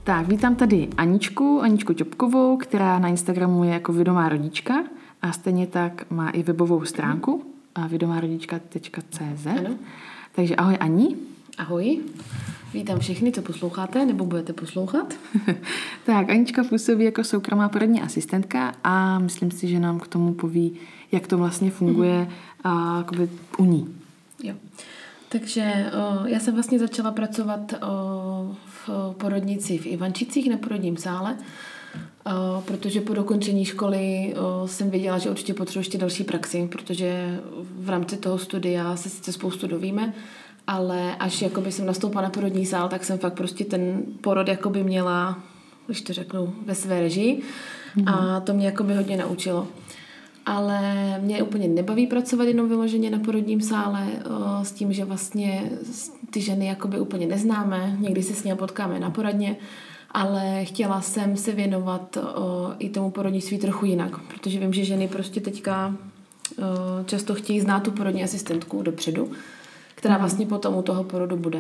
Tak, vítám tady Aničku Ťopkovou, která na Instagramu je jako vědomá rodička a stejně tak má i webovou stránku vědomarodička.cz. Takže ahoj Ani. Ahoj. Vítám všechny, co posloucháte nebo budete poslouchat. Tak, Anička působí jako soukromá porodní asistentka a myslím si, že nám k tomu poví, jak to vlastně funguje u ní. Jo. Takže já jsem vlastně začala pracovat v porodnici v Ivančicích na porodním sále, protože po dokončení školy jsem věděla, že určitě potřebuji ještě další praxi, protože v rámci toho studia se sice spoustu dovíme, ale až jakoby jsem nastoupila na porodní sál, tak jsem fakt prostě ten porod jakoby měla, když to řeknu, ve své režii a to mě jakoby hodně naučilo. Ale mě úplně nebaví pracovat jenom vyloženě na porodním sále s tím, že vlastně ty ženy jakoby úplně neznáme, někdy se s nimi potkáme na poradně, ale chtěla jsem se věnovat i tomu porodnictví trochu jinak, protože vím, že ženy prostě teďka často chtějí znát tu porodní asistentku dopředu, která vlastně potom u toho porodu bude.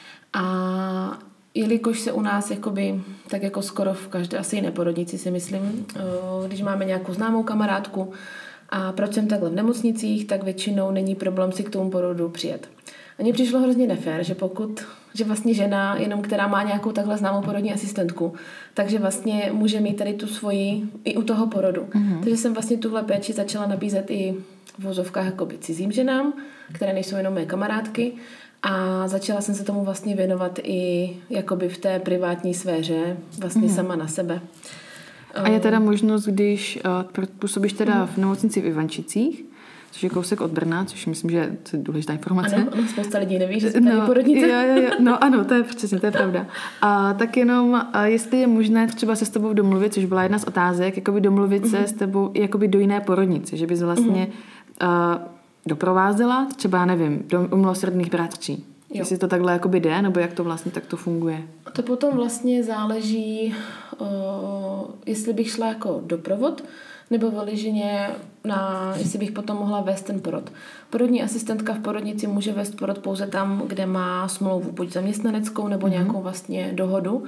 A jelikož se u nás jakoby, tak jako skoro v každé asi jiné porodnici si myslím, když máme nějakou známou kamarádku a pracujeme takhle v nemocnicích, tak většinou není problém si k tomu porodu přijet. A mně přišlo hrozně nefér, že vlastně žena, jenom která má nějakou takhle známou porodní asistentku, takže vlastně může mít tady tu svoji i u toho porodu. Takže jsem vlastně tuhle péči začala nabízet i v vozovkách jakoby cizím ženám, které nejsou jenom mé kamarádky. A začala jsem se tomu vlastně věnovat i jakoby v té privátní sféře, vlastně sama na sebe. A je teda možnost, když působíš teda v nemocnici v Ivančicích, což je kousek od Brna, což myslím, že je důležitá informace. Ano, spousta lidí neví, že jsme tady porodnice. Jo. No ano, to je přesně, to je pravda. Tak jenom, jestli je možné třeba se s tebou domluvit, což byla jedna z otázek, jakoby domluvit se s tebou jakoby do jiné porodnice, že bys vlastně doprovázela, třeba, nevím, do milosrdných bratří. Jestli to takhle jakoby jde, nebo jak to vlastně takto funguje? To potom vlastně záleží, jestli bych šla jako doprovod, nebo vyloženě jestli bych potom mohla vést ten porod. Porodní asistentka v porodnici může vést porod pouze tam, kde má smlouvu, buď zaměstnaneckou, nebo nějakou vlastně dohodu.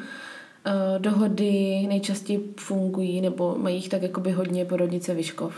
Dohody nejčastěji fungují, nebo mají jich tak jakoby hodně porodnice Vyškov.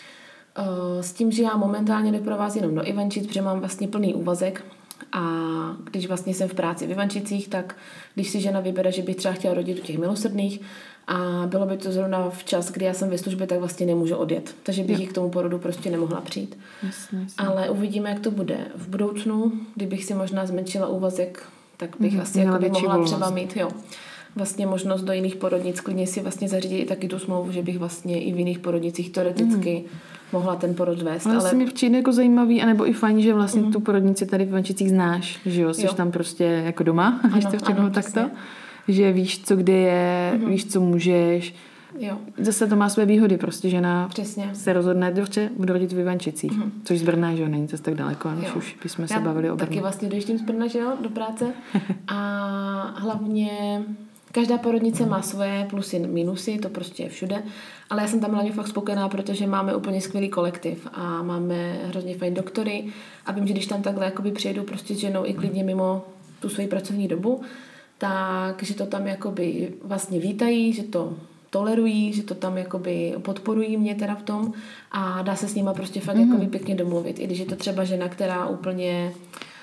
S tím, že já momentálně doprovázím jenom do Ivančic, protože mám vlastně plný úvazek a když vlastně jsem v práci v Ivančicích, tak když si žena vybere, že bych třeba chtěla rodit u těch milosrdných a bylo by to zrovna v čas, kdy já jsem ve službě, tak vlastně nemůžu odjet. Takže bych ji k tomu porodu prostě nemohla přijít. Jasně. Ale uvidíme, jak to bude v budoucnu. Kdybych si možná zmenšila úvazek, tak bych asi jakoby mohla třeba mít, vlastně možnost do jiných porodnic, klidně si vlastně zařídit i taky tu smlouvu, že bych vlastně i v jiných porodnicích teoreticky mohla ten porod vést. Ale se mi přijde jako zajímavý, anebo i fajn, že vlastně tu porodnici tady v Vančicích znáš, že jo, jsi tam prostě jako doma, když to řeknu takto, že víš, co kde je, víš, co můžeš. Jo. Zase to má své výhody, prostě žena Přesně. se rozhodne, dobře, budu rodit v Ivančicích, což z Brna, že jo, není to tak daleko, než už bychom se bavili o Brně. Taky vlastně dojíždím z Brna, že jo, do práce a hlavně každá porodnice má svoje plusy, minusy, to prostě je všude, ale já jsem tam hlavně fakt spokojená, protože máme úplně skvělý kolektiv a máme hrozně fajn doktory a vím, že když tam takhle jakoby přijedu prostě s ženou i klidně mimo tu svoji pracovní dobu, takže to tam jakoby vlastně vítají, že to tolerují, že to tam jakoby podporují mě teda v tom a dá se s nima prostě fakt jakoby pěkně domluvit, i když je to třeba žena, která úplně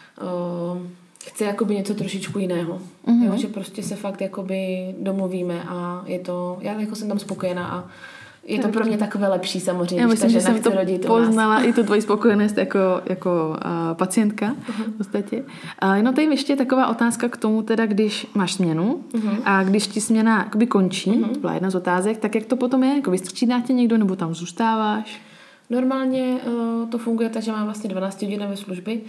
chce jakoby něco trošičku jiného. Jo, že prostě se fakt jakoby domluvíme a je to, já jako jsem tam spokojená a je to pro mě takové lepší samozřejmě, já myslím, když ta žena že chce rodit u nás. Poznala i tu tvoji spokojenost jako pacientka v podstatě. Jenom tady ještě taková otázka k tomu teda, když máš směnu a když ti směna jakoby končí, to byla jedna z otázek, tak jak to potom je? Jako vystřídá tě někdo nebo tam zůstáváš? Normálně to funguje tak, že mám vlastně 12-hodinové služby,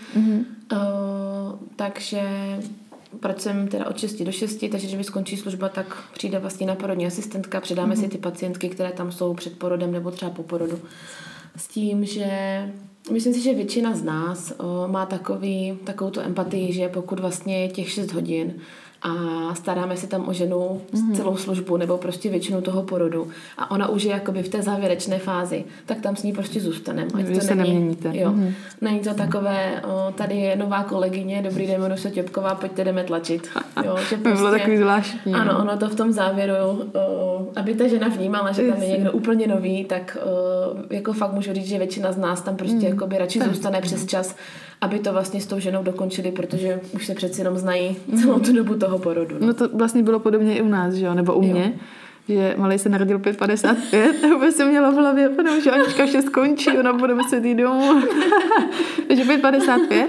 takže pracujeme teda od 6 do 6, takže když mi skončí služba, tak přijde vlastně na porodní asistentka, předáme si ty pacientky, které tam jsou před porodem nebo třeba po porodu. S tím, že myslím si, že většina z nás má takovou tu empatii, že pokud vlastně je těch 6 hodin a staráme se tam o ženu celou službu nebo prostě většinu toho porodu a ona už je jakoby v té závěrečné fázi, tak tam s ní prostě zůstaneme. Vy se neměníte. Jo. Není to takové, tady je nová kolegyně, dobrý den, jmenuji se Těpková, pojďte, jdeme tlačit. Jo, že prostě, bylo takový zvláštní. Ano, ono to v tom závěru, aby ta žena vnímala, že tam je někdo úplně nový, tak jako fakt můžu říct, že většina z nás tam prostě jakoby radši zůstane přes čas, aby to vlastně s tou ženou dokončili, protože už se přeci jenom znají celou tu dobu toho porodu. No to vlastně bylo podobně i u nás, že jo? Nebo u mě, že malej se narodil 5:55 a vůbec jsem měla v hlavě, že Anička vše skončí, ona bude muset jít domů. Takže 5:55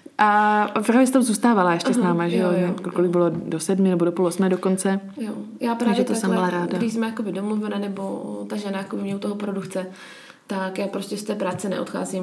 a právě jsem tam zůstávala ještě s náma, že jo? Kolik bylo do 7 nebo do 7:30 dokonce. Jo. Já právě to jsem byla ráda. Když jsme jakoby domluvené, nebo ta žena jakoby mě u toho porodu chce, tak já prostě z té práce neodcházím,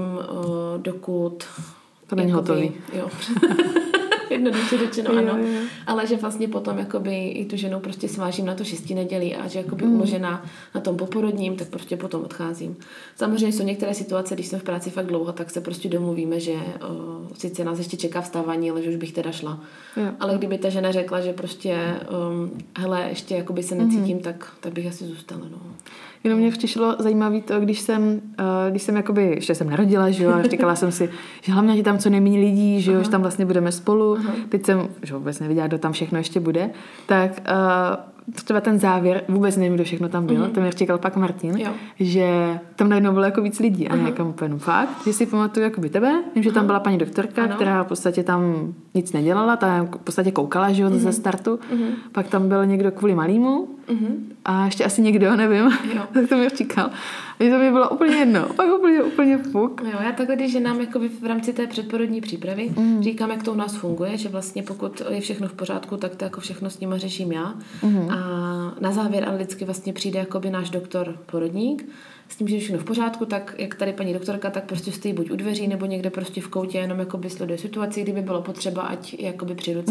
dokud to není hotový. Jo. Jednoduše řečeno, ano. Jo. Ale že vlastně potom jakoby i tu ženu prostě svážím na to 6 nedělí a že jakoby uložená na tom poporodním, tak prostě potom odcházím. Samozřejmě jsou některé situace, když jsem v práci fakt dlouho, tak se prostě domluvíme, že sice nás ještě čeká vstávání, ale že už bych teda šla. Jo. Ale kdyby ta žena řekla, že prostě hele, ještě jakoby se necítím, tak bych asi zůstala. No. Jenom mě přišlo zajímavé to, když jsem jakoby, ještě jsem narodila, že jo, a říkala jsem si, že hlavně tam co nejméně lidí, že jo, že tam vlastně budeme spolu. Teď jsem, že vůbec nevěděla, kdo tam všechno ještě bude, tak třeba ten závěr, vůbec nevím, kdo všechno tam byl, to mi říkal pak Martin, že tam najednou bylo jako víc lidí a nějakam úplně fakt, že si pamatuju jakoby tebe, vím, že tam byla paní doktorka, která v podstatě tam nic nedělala, ta v podstatě koukala, že jo, ze startu, pak tam byl někdo kvůli malýmu a ještě asi někdo, nevím, tak to mi říkal. A to mi bylo úplně jedno, pak úplně fuk. Jo, já takhle, když nám jakoby v rámci té předporodní přípravy říkám, jak to u nás funguje, že vlastně pokud je všechno v pořádku, tak to jako všechno s nima řeším já. A na závěr ale vždycky vlastně přijde jakoby náš doktor porodník s tím, že je všechno v pořádku, tak jak tady paní doktorka, tak prostě stojí buď u dveří nebo někde prostě v koutě, jenom jakoby sleduje situaci, kdyby bylo potřeba, ať je jakoby při ruce.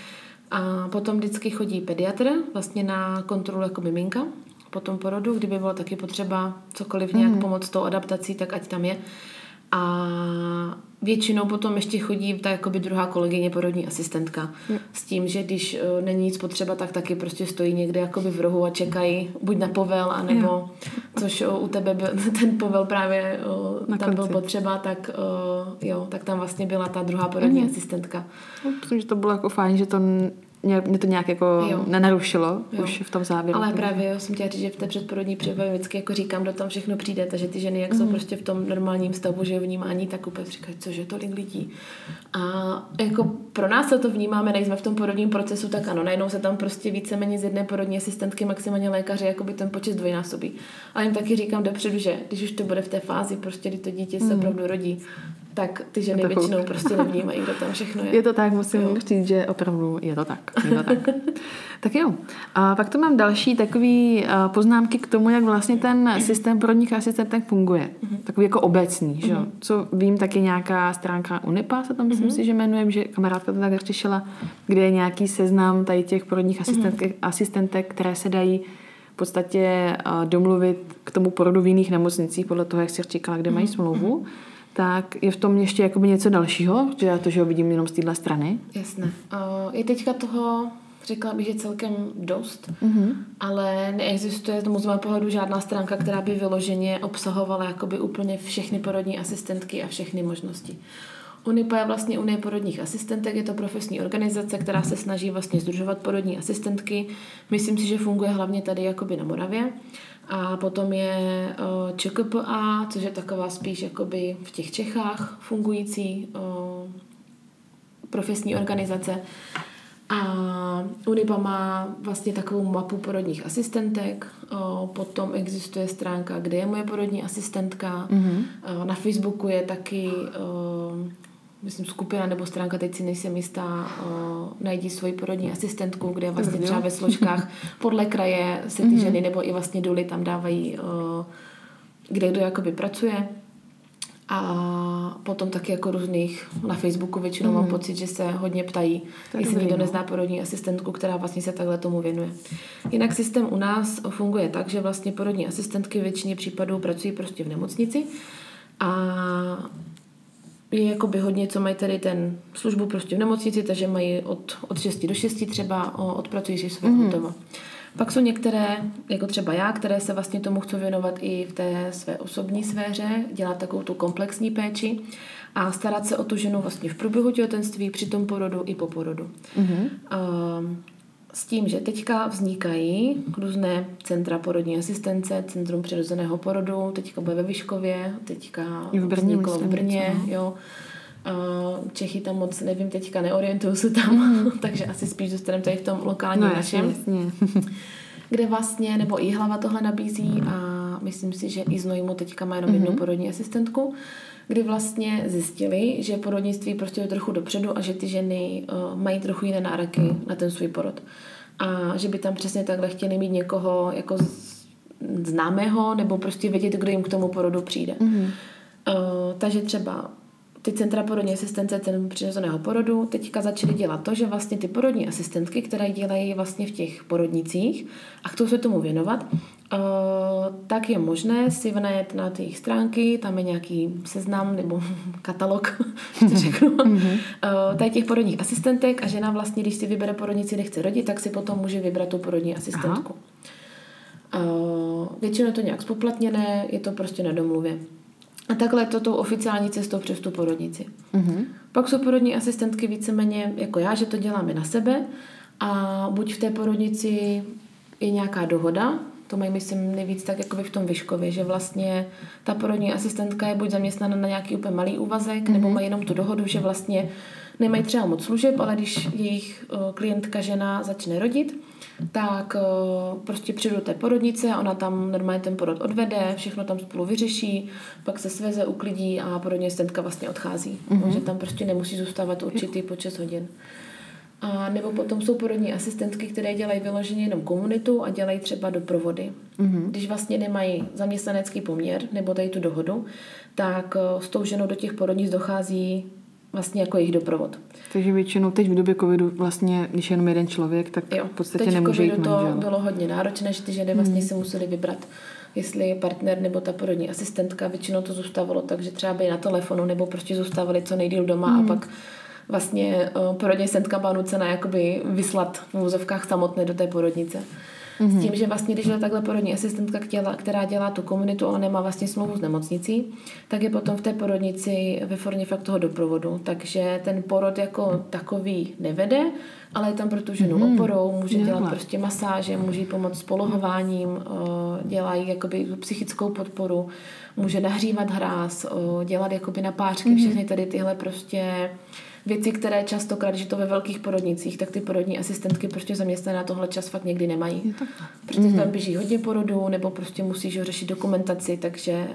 A potom vždycky chodí pediatr vlastně na kontrolu jako miminka po tom porodu, kdyby bylo taky potřeba cokoliv nějak pomoct s tou adaptací, tak ať tam je. A většinou potom ještě chodí ta jakoby druhá kolegyně, porodní asistentka. S tím, že když není nic potřeba, tak taky prostě stojí někde jakoby v rohu a čekají buď na povel, anebo což u tebe byl, ten povel právě tam byl potřeba, tak tak tam vlastně byla ta druhá porodní asistentka. Myslím, že to bylo jako fajn, že to mě to nějak jako nenarušilo už v tom závěru. Ale právě jsem chtěla říct, že v té předporodní přípravě vždycky jako říkám, kdo tam všechno přijde, takže ty ženy, jak jsou prostě v tom normálním stavu, že vnímání, tak úplně říkají, cože tolik lidí. A jako pro nás se to vnímáme, nejsme v tom porodním procesu, tak ano, najednou se tam prostě víceméně z jedné porodní asistentky, maximálně lékaře, jako by ten počet dvojnásobí. Ale jim taky říkám dopředu, že když už to bude v té fázi, prostě kdy to dítě se opravdu rodí, tak ty ženy většinou prostě nevnímají, kdo tam všechno je. Je to tak, musím říct, že opravdu je to tak. Tak jo. A pak tu mám další takový poznámky k tomu, jak vlastně ten systém porodních asistentek funguje. Takový jako obecný, že jo. Co vím, tak je nějaká stránka UNIPA, se tam myslím si, že jmenujem, že kamarádka to tak řešila, kde je nějaký seznam tady těch porodních asistentek, které se dají v podstatě domluvit k tomu porodu v jiných nemocnicích, podle toho, jak jsi říkala, kde mají smlouvu. Tak je v tom ještě jakoby něco dalšího, že já to, že ho vidím jenom z téhle strany? Jasné. Je teďka toho, řekla bych, že celkem dost, ale neexistuje tomu z mého pohledu žádná stránka, která by vyloženě obsahovala jakoby úplně všechny porodní asistentky a všechny možnosti. UNIPA je vlastně Unie porodních asistentek, je to profesní organizace, která se snaží vlastně sdružovat porodní asistentky. Myslím si, že funguje hlavně tady jakoby na Moravě. A potom je ČKPA, což je taková spíš jakoby v těch Čechách fungující profesní organizace. A UNIPA má vlastně takovou mapu porodních asistentek. Potom existuje stránka, kde je moje porodní asistentka. Na Facebooku je taky myslím skupina nebo stránka, teď si nejsem jistá, najdi svoji porodní asistentku, kde vlastně třeba ve složkách podle kraje se ty ženy nebo i vlastně doly tam dávají, kde kdo jakoby pracuje. A potom taky jako různých na Facebooku většinou mám pocit, že se hodně ptají, jestli někdo nezná porodní asistentku, která vlastně se takhle tomu věnuje. Jinak systém u nás funguje tak, že vlastně porodní asistentky většině případů pracují prostě v nemocnici a je jakoby hodně, co mají tady ten službu prostě v nemocnici, takže mají od 6 do 6 třeba odpracují si své hotovo. Pak jsou některé, jako třeba já, které se vlastně tomu chci věnovat i v té své osobní sféře, dělat takovou tu komplexní péči a starat se o tu ženu vlastně v průběhu těhotenství, při tom porodu i po porodu. S tím, že teďka vznikají různé centra porodní asistence, Centrum přirozeného porodu, teďka bude ve Vyškově, teďka vzniklo v Brně, jo. Čechy tam moc, nevím, teďka neorientuju se tam, takže asi spíš zůstaneme tady v tom lokálním našem, kde vlastně, nebo i Hlava tohle nabízí a myslím si, že i Znojmo teďka má jenom jednu porodní asistentku, kdy vlastně zjistili, že porodnictví prostě je trochu dopředu a že ty ženy mají trochu jiné nároky na ten svůj porod. A že by tam přesně takhle chtěli mít někoho jako známého nebo prostě vědět, kdo jim k tomu porodu přijde. Takže třeba ty centra porodní asistence, ten přirozeného porodu, teďka začaly dělat to, že vlastně ty porodní asistentky, které dělají vlastně v těch porodnicích a chcou se tomu věnovat, tak je možné si vnajet na ty jejich stránky, tam je nějaký seznam nebo katalog, to řeknu, tady těch porodních asistentek a žena vlastně, když si vybere porodnici, kde chce rodit, tak si potom může vybrat tu porodní asistentku. Většinou je to nějak spoplatněné, je to prostě na domluvě. A takhle je to tou oficiální cestou přes tu porodnici. Pak jsou porodní asistentky víceméně jako já, že to děláme na sebe a buď v té porodnici je nějaká dohoda, to mají, myslím, nejvíc tak jako v tom Vyškově, že vlastně ta porodní asistentka je buď zaměstnána na nějaký úplně malý úvazek, nebo mají jenom tu dohodu, že vlastně nemají třeba moc služeb, ale když jejich klientka žena začne rodit, tak prostě přijdu do té porodnice a ona tam normálně ten porod odvede, všechno tam spolu vyřeší, pak se sveze, uklidí a porodní asistentka vlastně odchází. Že tam prostě nemusí zůstávat určitý počet hodin. A nebo potom jsou porodní asistentky, které dělají vyloženě jenom komunitu a dělají třeba doprovody. Když vlastně nemají zaměstnanecký poměr nebo tady tu dohodu, tak s tou ženou do těch porodnic dochází vlastně jako jejich doprovod. Takže většinou teď v době covidu vlastně, když je jenom jeden člověk, tak v podstatě nemůže jít manžel. Teď v covidu to bylo hodně náročné, že ty ženy vlastně si museli vybrat, jestli je partner nebo ta porodní asistentka. Většinou to zůstávalo tak, že třeba byli na telefonu nebo prostě zůstávali co nejdýl doma a pak vlastně porodní asistentka byla nucena jakoby vyslat v uvozovkách samotné do té porodnice. S tím, že vlastně, když je takhle porodní asistentka, která dělá tu komunitu, ale nemá vlastně smlouvu s nemocnicí, tak je potom v té porodnici ve formě fakt toho doprovodu. Takže ten porod jako takový nevede, ale je tam pro tu ženu oporou, může dělat prostě masáže, může jí pomoct s polohováním, dělají jakoby psychickou podporu, může nahřívat hráz, dělat jakoby na pářky, všechny tady tyhle prostě věci, které častokrát, že to ve velkých porodnicích, tak ty porodní asistentky prostě zaměstnané na tohle čas fakt někdy nemají. Protože tam běží hodně porodů, nebo prostě musíš řešit dokumentaci, takže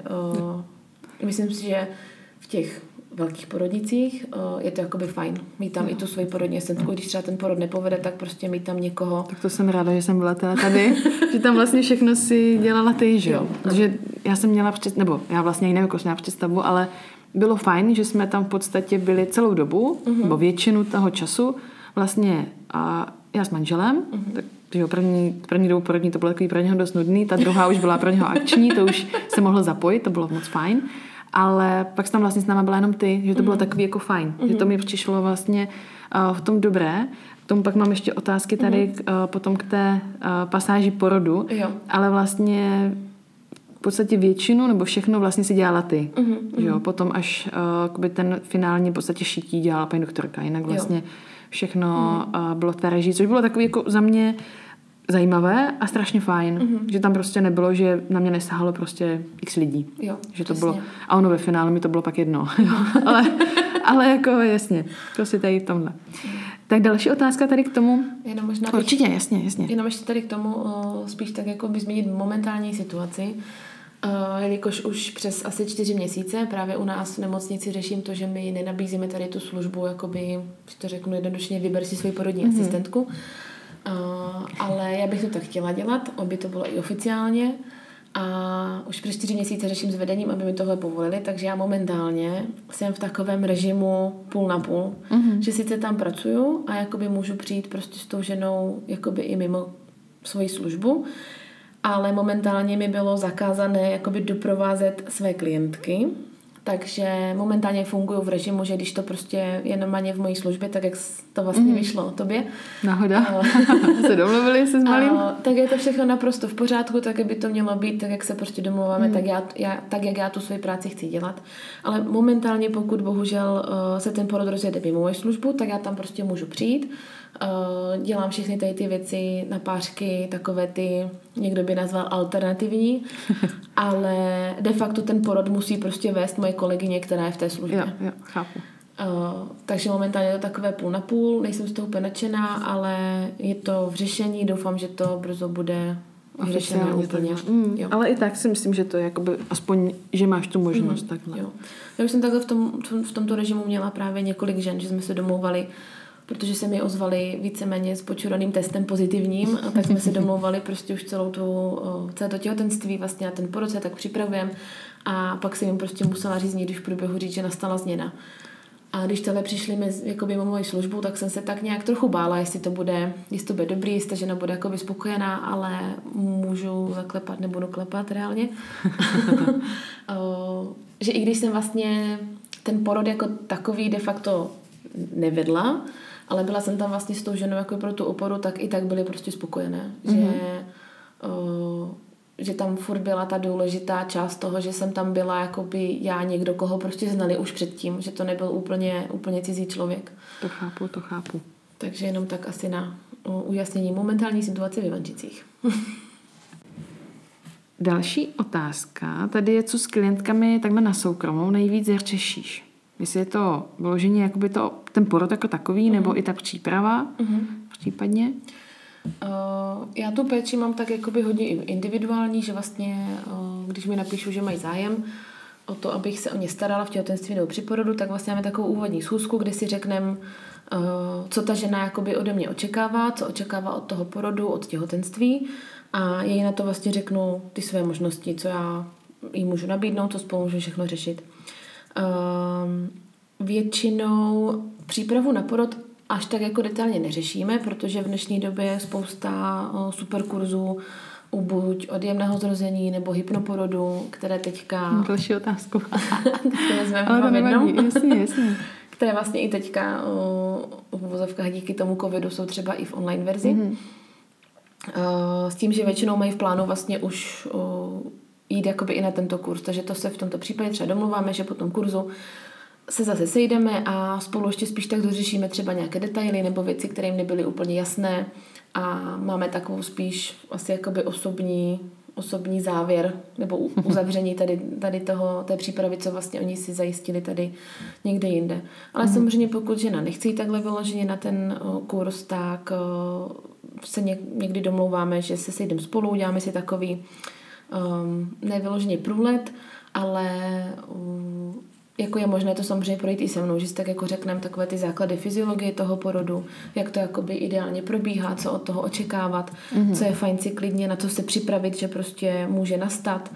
myslím si, že v těch velkých porodnicích je to jakoby fajn. Mít tam i tu svoji porodní asistentku, když třeba ten porod nepovede, tak prostě mít tam někoho. Tak to jsem ráda, že jsem byla tady, že tam vlastně všechno si dělala ty, že jo? Protože já jsem měla nebo já vlastně nevím, jako jsem měla představu, ale bylo fajn, že jsme tam v podstatě byli celou dobu, nebo většinu toho času, vlastně a já s manželem, takže první dobu porodní to bylo takový pro něho dost nudný, ta druhá už byla pro něho akční, to už se mohlo zapojit, to bylo moc fajn, ale pak tam vlastně s náma byla jenom ty, že to bylo takový jako fajn, že to mi přišlo vlastně v tom dobré. K tomu pak mám ještě otázky tady potom k té pasáži porodu, ale vlastně v podstatě většinu nebo všechno vlastně si dělala ty. Jo? Potom až ten finální v podstatě šití dělala paní doktorka. Jinak vlastně všechno bylo v té režii, což bylo takový jako za mě zajímavé a strašně fajn. Že tam prostě nebylo, že na mě nesáhlo prostě x lidí. Jo, že to bylo, a ono ve finále mi to bylo pak jedno. ale jako jasně, to si tady v tomhle. Tak další otázka tady k tomu. Jenom možná určitě, jasně. Jenom ještě tady k tomu spíš tak jako by změnit momentální situaci. Jelikož už přes asi 4 měsíce právě u nás v nemocnici řeším to, že my nenabízíme tady tu službu, jakoby, že to řeknu jednoduše, vyber si svoji porodní asistentku. Ale já bych to tak chtěla dělat, aby to bylo i oficiálně. A už přes 4 měsíce řeším s vedením, aby mi tohle povolili, takže já momentálně jsem v takovém režimu půl na půl, že sice tam pracuju a jakoby můžu přijít prostě s tou ženou jakoby i mimo svoji službu, ale momentálně mi bylo zakázané jakoby doprovázet své klientky, Takže momentálně funguju v režimu, že když to prostě je normálně v mojí službě, tak jak to vlastně vyšlo tobě. Náhoda. Se domluvili se s malým? Tak je to všechno naprosto v pořádku, tak by to mělo být, tak jak se prostě domluváme, tak jak já tu svoji práci chci dělat. Ale momentálně, pokud bohužel se ten porod rozjede mimo moji službu, tak já tam prostě můžu přijít. Dělám všechny tady ty věci na pářky, takové ty, někdo by nazval alternativní, ale de facto ten porod musí prostě vést moje kolegyně, která je v té službě. Jo, chápu. Takže momentálně je to takové půl na půl, nejsem z toho úplně nadšená, ale je to v řešení, doufám, že to brzo bude vyřešené úplně. Ale i tak si myslím, že to je jakoby, aspoň, že máš tu možnost takhle. Jo. Já už jsem takhle v tomto režimu měla právě několik žen, že jsme se domlouvali, protože se mi ozvali víceméně s počuraným testem pozitivním, a tak jsme se domlouvali prostě už celé to těhotenství vlastně na ten porod se tak připravujeme a pak jsem jim prostě musela říct někdy v průběhu říct, že nastala změna. A když tohle přišli jakoby mimo moji službu, tak jsem se tak nějak trochu bála, jestli to bude dobrý, jestli ta žena bude jakoby spokojená, ale můžu zaklepat, nebudu klepat reálně. Že i když jsem vlastně ten porod jako takový de facto nevedla, ale byla jsem tam vlastně s tou ženou jako pro tu oporu, tak i tak byly prostě spokojené. Že tam furt byla ta důležitá část toho, že jsem tam byla jakoby já někdo, koho prostě znali už předtím, že to nebyl úplně cizí člověk. To chápu. Takže jenom tak asi na ujasnění momentální situace v Ivančicích. Další otázka. Tady je, co s klientkami takhle na soukromou nejvíc řešíš. Jestli je to vyloženě jakoby ten porod jako takový, nebo i ta příprava případně? Já tu péči mám tak jakoby hodně individuální, že vlastně, když mi napíšu, že mají zájem o to, abych se o ně starala v těhotenství nebo při porodu, tak vlastně máme takovou úvodní schůzku, kde si řekneme, co ta žena jakoby ode mě očekává, co očekává od toho porodu, od těhotenství a jej na to vlastně řeknu ty své možnosti, co já jí můžu nabídnout, co spolu můžu všechno řešit. Většinou přípravu na porod až tak jako detailně neřešíme, protože v dnešní době je spousta super kurzů buď od jemného zrození nebo hypnoporodu, které teďka... Další otázku. Ale to nevadí, jasně. Které vlastně i teďka v uvozovkách díky tomu covidu jsou třeba i v online verzi. S tím, že většinou mají v plánu vlastně už jít jakoby i na tento kurz, takže to se v tomto případě třeba domluváme, že po tom kurzu se zase sejdeme a spolu ještě spíš tak dořešíme třeba nějaké detaily nebo věci, které jim nebyly úplně jasné a máme takovou spíš asi jakoby osobní závěr nebo uzavření tady té přípravy, co vlastně oni si zajistili tady někde jinde. Ale samozřejmě pokud žena nechce jít takhle vyloženě na ten kurz, tak se někdy domlouváme, že se sejdeme spolu, uděláme si takový nevyloženě průlet, ale jako je možné to samozřejmě projít i se mnou, že si tak jako řekneme takové ty základy fyziologie toho porodu, jak to jakoby ideálně probíhá, co od toho očekávat, co je fajn si klidně, na co se připravit, že prostě může nastat.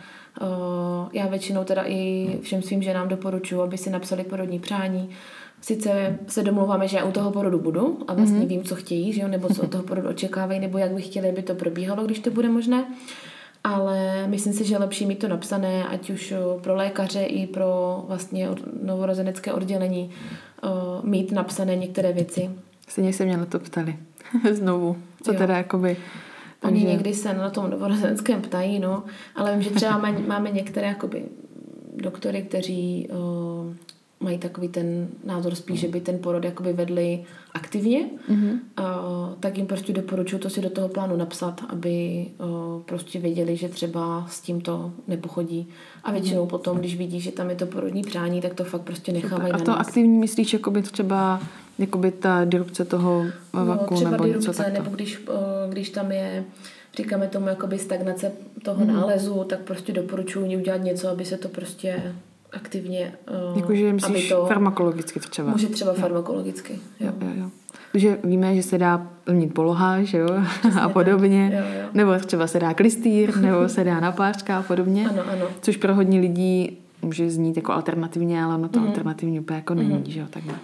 Já většinou teda i všem svým ženám doporučuji, aby si napsali porodní přání. Sice se domlouváme, že já u toho porodu budu a vlastně vím, co chtějí, že jo, nebo co od toho porodu očekávají, nebo jak by chtěli, aby to probíhalo, když to bude možné. Ale myslím si, že je lepší mít to napsané, ať už pro lékaře i pro vlastně novorozenecké oddělení mít napsané některé věci. Stejně se mě na to ptali. Znovu. Co teda jakoby... Takže... Oni někdy se na tom novorozeneckém ptají, no, ale vím, že třeba máme některé jakoby doktory, kteří mají takový ten názor spíš, že by ten porod jakoby vedli aktivně, tak jim prostě doporučuji to si do toho plánu napsat, aby prostě věděli, že třeba s tím to nepochodí. A většinou potom, když vidí, že tam je to porodní přání, tak to fakt prostě nechávají na nás. A to aktivní myslíš, jakoby třeba jakoby ta disrupce toho vaku, třeba nebo disrupce, něco takto? nebo když tam je, říkáme tomu jakoby stagnace toho nálezu, tak prostě doporučuji udělat něco, aby se to prostě aktivně... Jakože myslíš farmakologicky třeba? Může třeba farmakologicky, jo. Takže víme, že se dá plnit poloha, že jo, a podobně. Jo. Nebo třeba se dá klystýr, nebo se dá napářka a podobně. Ano. Což pro hodně lidí může znít jako alternativně, ale ono to alternativní úplně jako není, že jo, takhle.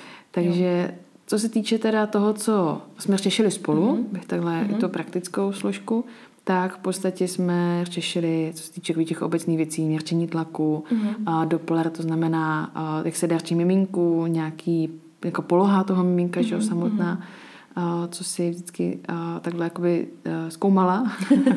Takže co se týče teda toho, co jsme řešili spolu, bych takhle i tu praktickou složku, tak v podstatě jsme řešili, co se týče těch obecných věcí, měření tlaku, a Doppler, to znamená, jak se dárčí miminku, nějaký jako poloha toho miminka, že jo, samotná, co si vždycky takhle jakoby zkoumala.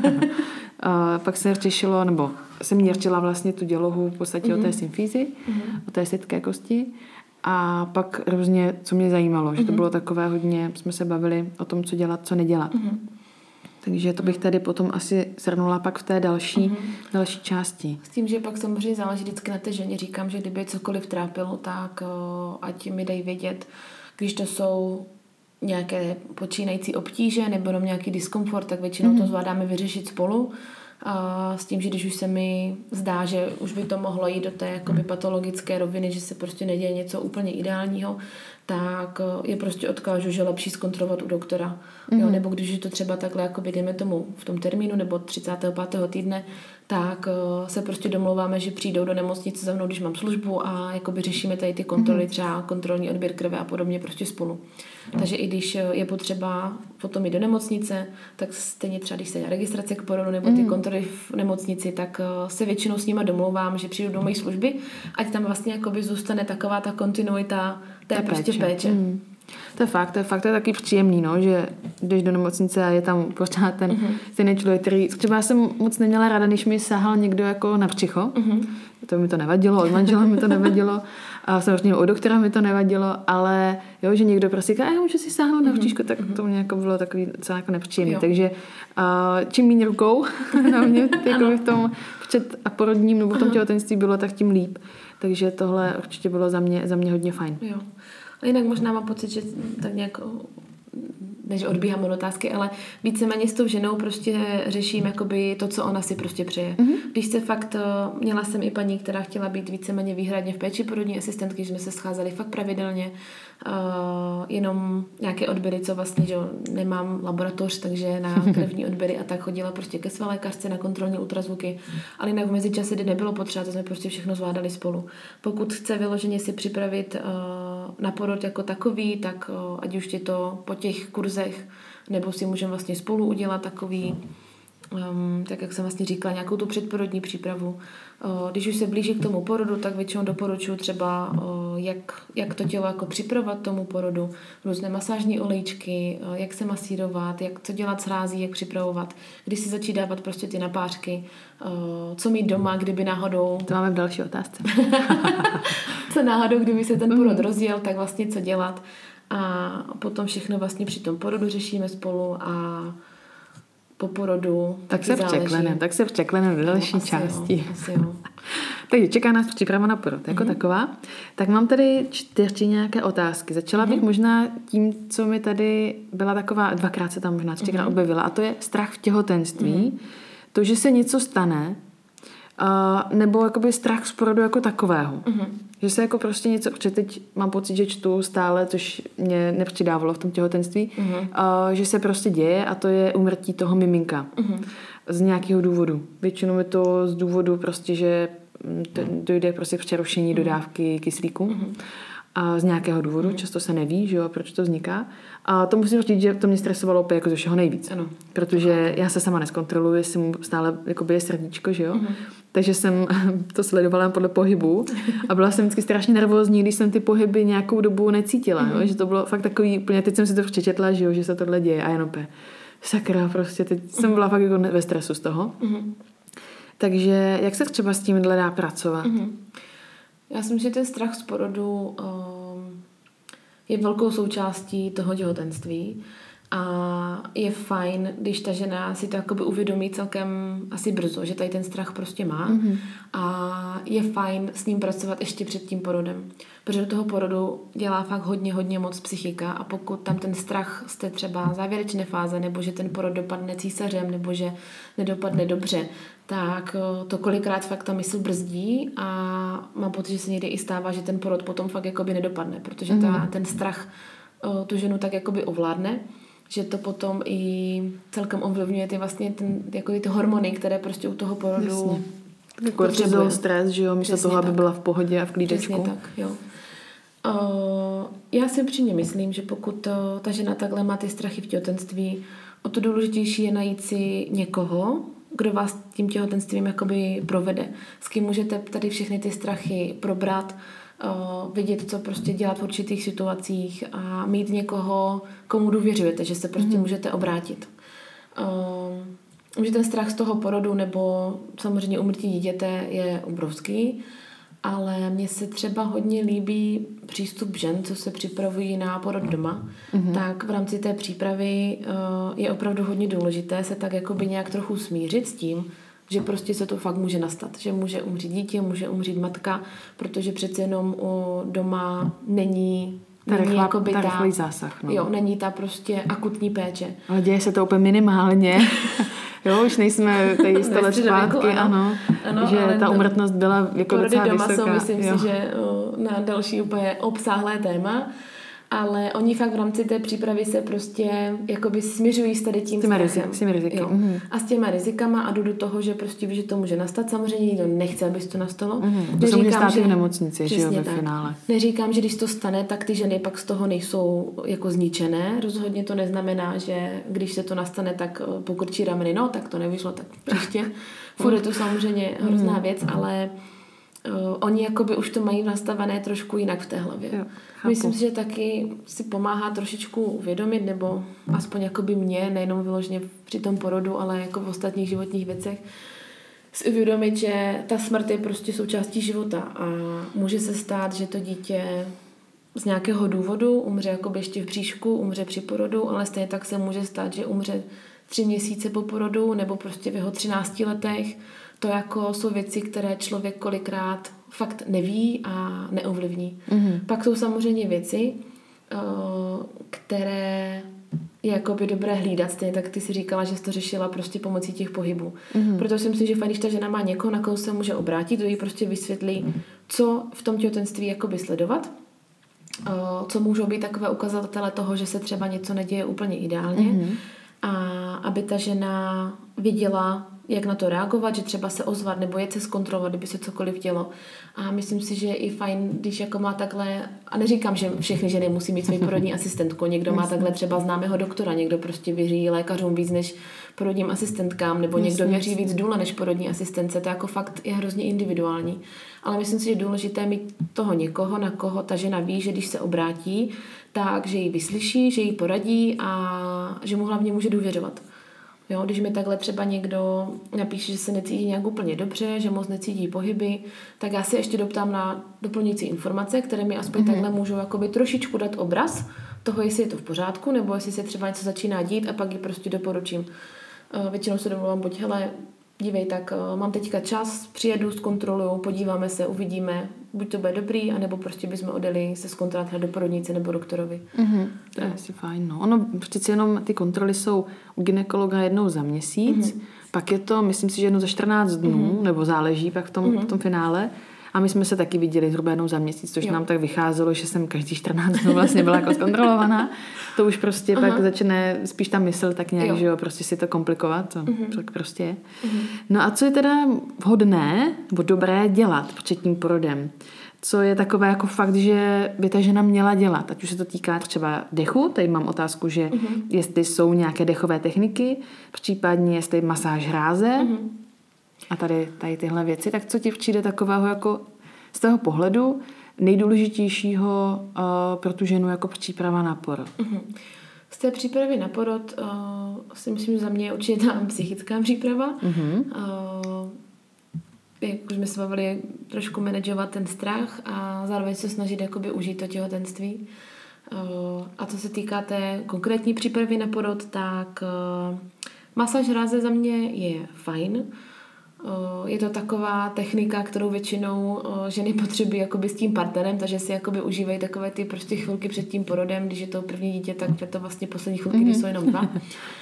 Pak se řešilo, nebo jsem měřila vlastně tu dělohu v podstatě o té symfízi, o té sitké kosti. A pak různě, co mě zajímalo, že to bylo takové hodně, jsme se bavili o tom, co dělat, co nedělat. Takže to bych tady potom asi shrnula pak v té další části. S tím, že pak samozřejmě záleží vždycky na té ženě. Říkám, že kdyby cokoliv trápilo, tak ať mi dají vědět, když to jsou nějaké počínající obtíže nebo jenom nějaký diskomfort, tak většinou to zvládáme vyřešit spolu. S tím, že když už se mi zdá, že už by to mohlo jít do té jakoby patologické roviny, že se prostě neděje něco úplně ideálního, tak je prostě odkážu, že lepší zkontrolovat u doktora. Jo, nebo když je to třeba takhle, jakoby dejme tomu v tom termínu nebo 35. týdne, tak se prostě domlouváme, že přijdou do nemocnice za mnou, když mám službu a jakoby řešíme tady ty kontroly, třeba kontrolní odběr krve a podobně prostě spolu. Takže i když je potřeba potom jít do nemocnice, tak stejně třeba, když se dělá registrace k porodu nebo ty kontroly v nemocnici, tak se většinou s nima domlouvám, že přijdu do mojí služby, ať tam vlastně jakoby zůstane taková ta kontinuita té prostě péče. To je fakt, to je taky příjemný, no, že jdeš do nemocnice a je tam pořád ten stejný člověk, který třeba já jsem moc neměla ráda, když mi sáhal někdo jako na břicho. To mi to nevadilo, od manžela mi to nevadilo, a samozřejmě od doktora mi to nevadilo, ale jo, že někdo prostě říká, můžu si sáhnout na břiško, tak to mě jako bylo takový docela jako nepříjemný. Takže čím méně rukou na mě jako v tom před a porodním nebo v tom těhotenství bylo, tak tím líp. Takže tohle určitě bylo za mě hodně fajn. Jo. A jinak možná mám pocit, že tak nějak, než odbíhám od otázky, ale víceméně s tou ženou prostě řeším jakoby to, co ona si prostě přeje. Když se fakt, měla jsem i paní, která chtěla být víceméně výhradně v péči porodní asistentky, že jsme se scházeli fakt pravidelně, jenom nějaké odběry, co vlastně, že nemám laboratoř, takže na krevní odběry a tak chodila prostě ke své lékařce na kontrolní ultrazvuky, ale jinak v mezičase, kdy nebylo potřeba, to jsme prostě všechno zvládali spolu. Pokud chce vyloženě si připravit na porod jako takový, tak ať už je to po těch kurzech, nebo si můžeme vlastně spolu udělat takový, tak jak jsem vlastně říkala, nějakou tu předporodní přípravu. Když už se blíží k tomu porodu, tak většinou doporučuji třeba, jak to tělo jako připravovat tomu porodu, různé masážní olejčky, jak se masírovat, co dělat s rází, jak připravovat, kdy si začít dávat prostě ty napářky, co mít doma, kdyby náhodou... To máme v další otázce. Co náhodou, kdyby se ten porod rozjel, tak vlastně co dělat. A potom všechno vlastně při tom porodu řešíme spolu a po porodu tak se včekleneme do další části. Asi jo. Takže čeká nás příprava na porod jako taková. Tak mám tady 4 nějaké otázky. Začala bych možná tím, co mi tady byla taková, 2krát se tam možná 4krát objevila, a to je strach v těhotenství. To, že se něco stane, nebo jakoby strach z porodu jako takového. Že se jako prostě něco, protože teď mám pocit, že čtu stále, což mě nepřidávalo v tom těhotenství, že se prostě děje, a to je úmrtí toho miminka. Z nějakého důvodu. Většinou je to z důvodu prostě, že dojde prostě k přerušení dodávky kyslíku. A z nějakého důvodu, často se neví, že jo, proč to vzniká. A to musím říct, že to mě stresovalo opět jako ze všeho nejvíc. Ano. Protože já se sama neskontroluji, jestli mu stále jakoby je srdíčko, že jo. Takže jsem to sledovala podle pohybu a byla jsem vždycky strašně nervózní, když jsem ty pohyby nějakou dobu necítila, jo? Že to bylo fakt takový, úplně teď jsem si to přečetla, že jo, že se tohle děje a jenom sakra, prostě teď jsem byla fakt jako ve stresu z toho. Takže jak se třeba s tímhle dá pracovat? Já si myslím, že ten strach z porodu je velkou součástí toho těhotenství a je fajn, když ta žena si to jakoby uvědomí celkem asi brzo, že tady ten strach prostě má a je fajn s ním pracovat ještě před tím porodem. Protože do toho porodu dělá fakt hodně moc psychika a pokud tam ten strach z té třeba závěrečné fáze, nebo že ten porod dopadne císařem, nebo že nedopadne dobře, tak to kolikrát fakt ta mysl brzdí a mám pocit, že se někdy i stává, že ten porod potom fakt jakoby nedopadne, protože ten strach tu ženu tak jakoby ovládne, že to potom i celkem ovlivňuje ty hormony, které prostě u toho porodu kortizol, stres, že jo, místo toho, aby byla v pohodě a v klídečku. Přesně tak, jo. Já si upřímně myslím, že pokud ta žena takhle má ty strachy v těhotenství, o to důležitější je najít si někoho, kdo vás tím těhotenstvím jakoby provede. S kým můžete tady všechny ty strachy probrat, vidět, co prostě dělat v určitých situacích a mít někoho, komu důvěřujete, že se prostě můžete obrátit. Že ten strach z toho porodu nebo samozřejmě úmrtí dítěte je obrovský, ale mně se třeba hodně líbí přístup žen, co se připravují na porod doma, tak v rámci té přípravy je opravdu hodně důležité se tak jakoby nějak trochu smířit s tím, že prostě se to fakt může nastat, že může umřít dítě, může umřít matka, protože přece jenom doma není rychlý zásah. No. Jo, není ta prostě akutní péče. Ale děje se to úplně minimálně. Jo, už nejsme tady 100 let zpátky, ano, že ta úmrtnost byla jako docela doma vysoká. Jsou, myslím si, že na další úplně obsáhlé téma, ale oni fakt v rámci té přípravy se prostě jakoby směřují s tady tím s těmi riziky. A s těma rizikama a jdu do toho, že prostě ví, že to může nastat. Samozřejmě nikdo nechce, aby to nastalo. To se může stát i v nemocnici, že jo, ve finále. Neříkám, že když to stane, tak ty ženy pak z toho nejsou jako zničené. Rozhodně to neznamená, že když se to nastane, tak pokrčí rameny, no, tak to nevyšlo, tak příště. Furt je to samozřejmě hrozná věc, ale oni jakoby už to mají nastavené trošku jinak v té hlavě. Jo, myslím si, že taky si pomáhá trošičku uvědomit, nebo aspoň jakoby mě, nejenom vyloženě při tom porodu, ale jako v ostatních životních věcech, si uvědomit, že ta smrt je prostě součástí života a může se stát, že to dítě z nějakého důvodu umře jakoby ještě v bříšku, umře při porodu, ale stejně tak se může stát, že umře 3 měsíce po porodu nebo prostě v jeho 13 letech. To jako jsou věci, které člověk kolikrát fakt neví a neovlivní. Pak jsou samozřejmě věci, které je jakoby dobré hlídat. Stejně tak ty si říkala, že jsi to řešila prostě pomocí těch pohybů. Proto si myslím, že fajn, když ta žena má někoho, na koho se může obrátit, kdo jí prostě vysvětlí, co v tom těhotenství jakoby sledovat, co můžou být takové ukazatele toho, že se třeba něco neděje úplně ideálně. A aby ta žena viděla, jak na to reagovat, že třeba se ozvat nebo jet se zkontrolovat, kdyby se cokoliv dělo. A myslím si, že je i fajn, když jako má takhle, a neříkám, že všechny ženy musí mít svou porodní asistentku, někdo má takhle třeba známého doktora, někdo prostě věří lékařům víc než porodním asistentkám, nebo někdo věří víc důle než porodní asistence, to jako fakt je hrozně individuální. Ale myslím si, že je důležité mít toho někoho, na koho ta žena ví, že když se obrátí, tak, že ji vyslyší, že jí poradí a že mu hlavně může důvěřovat. Jo, když mi takhle třeba někdo napíše, že se necítí nějak úplně dobře, že moc necítí pohyby, tak já se ještě doptám na doplňující informace, které mi aspoň takhle můžou jakoby trošičku dát obraz toho, jestli je to v pořádku, nebo jestli se třeba něco začíná dít a pak ji prostě doporučím. Většinou se domluvám, buď hele, dívej, tak mám teďka čas, přijedu, zkontroluju, podíváme se, uvidíme, buď to bude dobrý, anebo prostě bychom odjeli se zkontrolovat do porodnice nebo doktorovi. To je asi fajn. No. Ono přeci jenom ty kontroly jsou u gynekologa jednou za měsíc, pak je to, myslím si, že jednou za 14 dnů, nebo záleží pak v tom finále. A my jsme se taky viděli zhruba jednou za měsíc, což nám tak vycházelo, že jsem každý 14 dnů vlastně byla jako zkontrolovaná. To už prostě pak začne spíš ta mysl tak nějak, že jo, prostě si to komplikovat, tak prostě je. No a co je teda vhodné nebo dobré dělat před tím porodem? Co je takové jako fakt, že by ta žena měla dělat? Ať už se to týká třeba dechu, tady mám otázku, že jestli jsou nějaké dechové techniky, případně jestli masáž hráze, a tady tyhle věci, tak co ti přijde takového jako z toho pohledu nejdůležitějšího pro tu ženu jako příprava na porod? Z té přípravy na porod si myslím, že za mě je určitě ta psychická příprava. Jak už jsme se bavili, trošku manažovat ten strach a zároveň se snažit jakoby užít to těhotenství. A co se týká té konkrétní přípravy na porod, tak masáž hráze za mě je fajn. Je to taková technika, kterou většinou ženy potřebují jakoby s tím partnerem, takže si jakoby užívají takové ty prostě chvilky před tím porodem, když je to první dítě, tak je to vlastně poslední chvilky, kdy jsou jenom 2.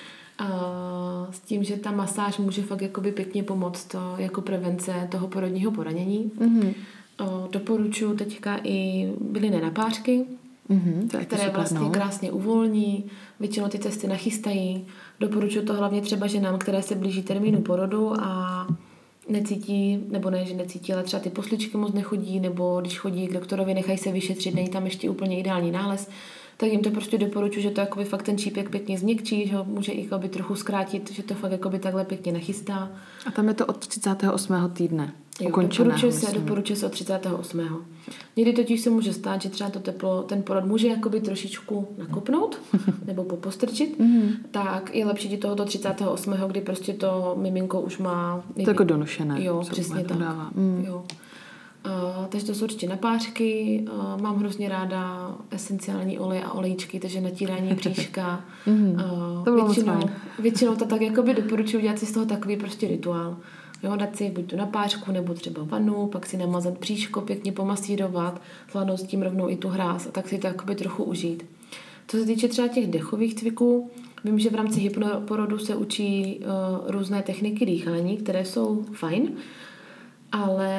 S tím, že ta masáž může fakt jakoby pěkně pomoct jako prevence toho porodního poranění. Doporučuji teďka i bylinné napářky, které vlastně krásně uvolní, většinou ty cesty nachystají. Doporučuji to hlavně třeba ženám, které se blíží termínu porodu a necítí, nebo ne, že necítí, ale třeba ty posličky moc nechodí, nebo když chodí k doktorovi, nechají se vyšetřit, není tam ještě úplně ideální nález, tak jim to prostě doporučuji, že to jakoby fakt ten čípek pěkně změkčí, že ho může i jakoby trochu zkrátit, že to fakt jakoby takhle pěkně nachystá. A tam je to od 38. týdne. Doporučuje se od 38. Někdy totiž se může stát, že třeba to teplo, ten porod může jakoby trošičku nakopnout nebo popostrčit, tak je lepší tohoto 38. kdy prostě to miminko už má... To jako donošené. Jo, přesně tak. Jo. Takže to jsou určitě napářky, mám hrozně ráda esenciální olej a olejčky, takže natírání bříška. Většinou to tak jakoby doporučuji dělat si z toho takový prostě rituál. Jo, dát si buď tu napářku, nebo třeba vanu, pak si namazat bříško, pěkně pomasírovat, zvládnout s tím rovnou i tu hráz a tak si to jakoby trochu užít. Co se týče třeba těch dechových cviků, vím, že v rámci hypnoporodu se učí různé techniky dýchání, které jsou fajn, ale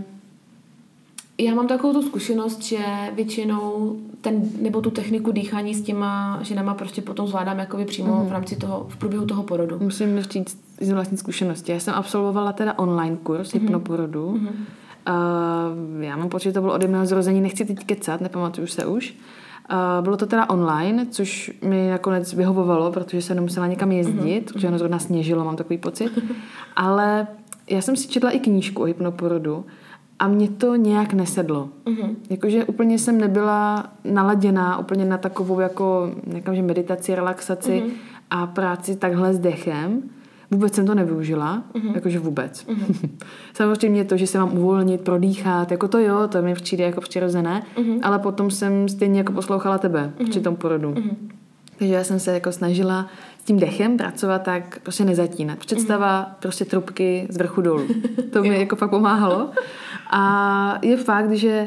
já mám takovou tu zkušenost, že většinou nebo tu techniku dýchání s těma ženama prostě potom zvládám jakoby přímo v průběhu toho porodu. Musím říct z vlastní zkušenosti. Já jsem absolvovala teda online kurz hypnoporodu. Já mám pocit, že to bylo ode mého zrození, nechci teď kecat, nepamatuju se už. Bylo to teda online, což mi nakonec vyhovovalo, protože jsem nemusela někam jezdit, protože ono zrovna sněžilo, mám takový pocit. Ale já jsem si četla i knížku o hypnoporodu a mě to nějak nesedlo. Jakože úplně jsem nebyla naladěná úplně na takovou jako meditaci, relaxaci a práci takhle s dechem. Vůbec jsem to nevyužila, jakože vůbec. Samozřejmě to, že se mám uvolnit, prodýchat, jako to jo, to mi přijde jako přirozené, ale potom jsem stejně jako poslouchala tebe při tom porodu. Takže já jsem se jako snažila s tím dechem pracovat tak prostě nezatínat. Představa prostě trubky z vrchu dolů. To mi jako fakt pomáhalo. A je fakt, že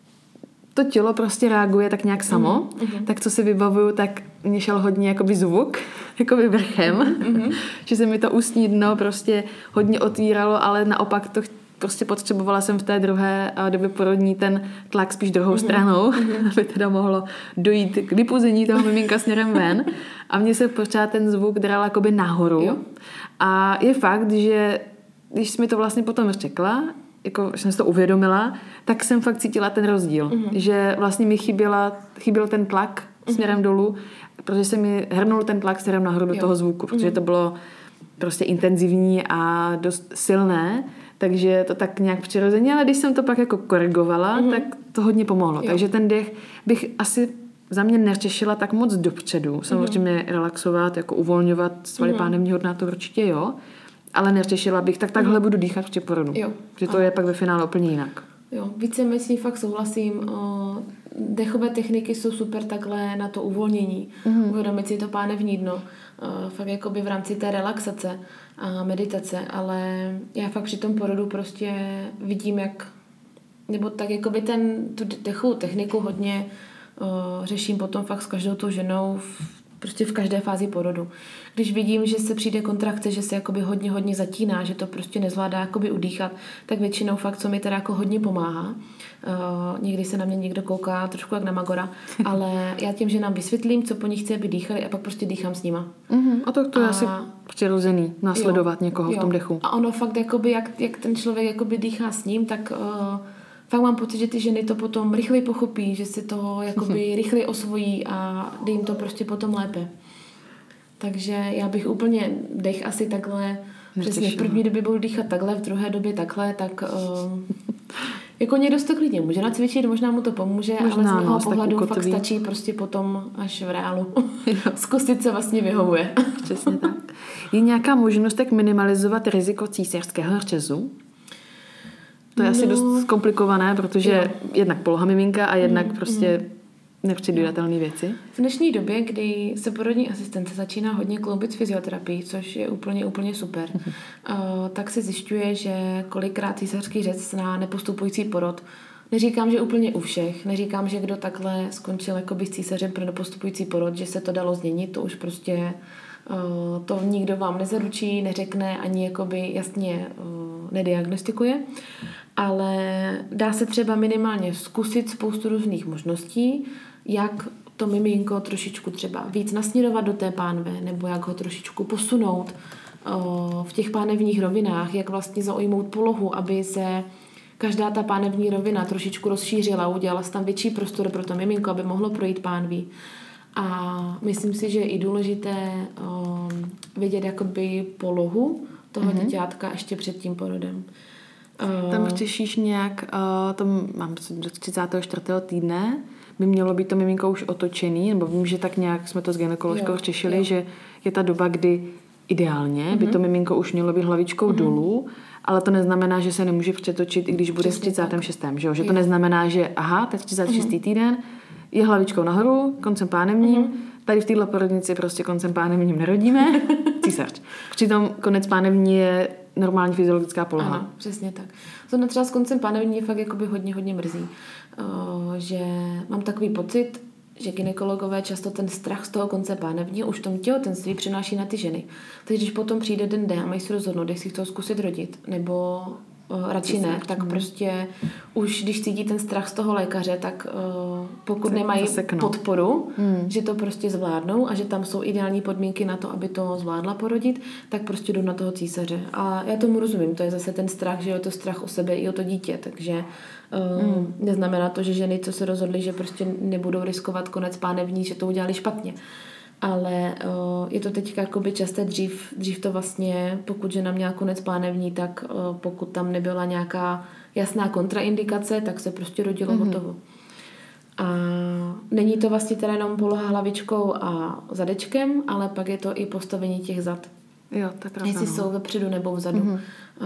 to tělo prostě reaguje tak nějak samo, tak co si vybavuju, tak mě šel hodně jakoby zvuk, jakoby vrchem, že se mi to ústní dno prostě hodně otvíralo, ale naopak to prostě potřebovala jsem v té druhé době porodní ten tlak spíš druhou stranou, aby teda mohlo dojít k vypuzení toho miminka směrem ven. A mně se pořád ten zvuk dral jakoby nahoru. Jo. A je fakt, že když jsi mi to vlastně potom řekla, jako jsem si to uvědomila, tak jsem fakt cítila ten rozdíl. Že vlastně mi chyběl ten tlak směrem dolů, protože se mi hrnul ten tlak směrem nahoru do toho zvuku, protože to bylo prostě intenzivní a dost silné, takže to tak nějak přirozeně, ale když jsem to pak jako korigovala, tak to hodně pomohlo. Jo. Takže ten dech bych asi za mě neřešila tak moc dopředu. Samozřejmě relaxovat, jako uvolňovat svaly pánevního dna, to určitě jo, ale neřešila bych, takhle budu dýchat při porodu. Jo. Že to je pak ve finále úplně jinak. Jo, víceméně s ní fakt souhlasím. Dechové techniky jsou super takhle na to uvolnění. Uvědomit si to pánevní dno. Fakt jakoby v rámci té relaxace a meditace, ale já fakt při tom porodu prostě vidím, nebo tak jakoby tu dechovou techniku hodně řeším potom fakt s každou tou ženou prostě v každé fázi porodu. Když vidím, že se přijde kontrakce, že se jakoby hodně zatíná, že to prostě nezvládá jakoby udýchat, tak většinou fakt, co mi teda jako hodně pomáhá. Někdy se na mě někdo kouká trošku jak na magora, ale já tím, že nám vysvětlím, co po nich chce, aby dýchali a pak prostě dýchám s nima. A to je asi přirozený následovat někoho v tom dechu. A ono fakt jakoby, jak ten člověk jakoby dýchá s ním, tak fakt mám pocit, že ty ženy to potom rychleji pochopí, že si to jakoby rychleji osvojí a jde jim to prostě potom lépe. Takže já bych úplně dech asi takhle, přesně v první době budu dýchat takhle, v druhé době takhle, tak jako někdo to klidně může nacvičit, možná mu to pomůže, možná, ale z mého pohledu fakt stačí prostě potom až v reálu. Zkusit se vlastně vyhovuje. Přesně tak. Je nějaká možnost tak minimalizovat riziko císařského řezu? To je asi dost komplikované, protože jednak poloha miminka a jednak prostě nepředvídatelné věci. V dnešní době, kdy se porodní asistence začíná hodně kloubit s fyzioterapií, což je úplně super, tak se zjišťuje, že kolikrát císařský řez na nepostupující porod, neříkám, že úplně u všech, neříkám, že kdo takhle skončil jakoby s císařem pro nepostupující porod, že se to dalo změnit, to už prostě to nikdo vám nezaručí, neřekne, ani jakoby jasně nediagnostikuje, ale dá se třeba minimálně zkusit spoustu různých možností, jak to miminko trošičku třeba víc nasměrovat do té pánve, nebo jak ho trošičku posunout v těch pánevních rovinách, jak vlastně zaujmout polohu, aby se každá ta pánevní rovina trošičku rozšířila, udělala se tam větší prostor pro to miminko, aby mohlo projít pánví. A myslím si, že je i důležité vědět jakoby polohu toho děťátka ještě před tím porodem. Tam řešíš nějak, tam mám do 34. týdne, by mělo být to miminko už otočený, nebo vím, že tak nějak jsme to s gynekoložkou řešili, že je ta doba, kdy ideálně by to miminko už mělo být hlavičkou dolů, ale to neznamená, že se nemůže přetočit, i když bude v 36. Že to neznamená, že teď 36. týden je hlavičkou nahoru, koncem pánevním, tady v této porodnici prostě koncem pánevním nerodíme, císař. Přitom konec pánevní je normální fyziologická poloha. Ano, přesně tak. To třeba s koncem pánevní mě fakt jakoby hodně mrzí, že mám takový pocit, že gynekologové často ten strach z toho konce pánevního už v tom těhotenství přináší na ty ženy. Takže když potom přijde den D a mají si rozhodnout, jestli to zkusit rodit, nebo radši ne, tak prostě už když cítí ten strach z toho lékaře, tak pokud nemají podporu, že to prostě zvládnou a že tam jsou ideální podmínky na to, aby to zvládla porodit, tak prostě jdou na toho císaře. A já tomu rozumím, to je zase ten strach, že je to strach o sebe i o to dítě, takže neznamená to, že ženy, co se rozhodly, že prostě nebudou riskovat konec pánevní, že to udělali špatně. Ale je to teďka jakoby časté dřív to vlastně, pokud žena měla konec pánevní, tak pokud tam nebyla nějaká jasná kontraindikace, tak se prostě rodilo hotovo. A není to vlastně teda jenom poloha hlavičkou a zadečkem, ale pak je to i postavení těch zad. Jo, to je pravda. Jestli jsou vepředu nebo vzadu.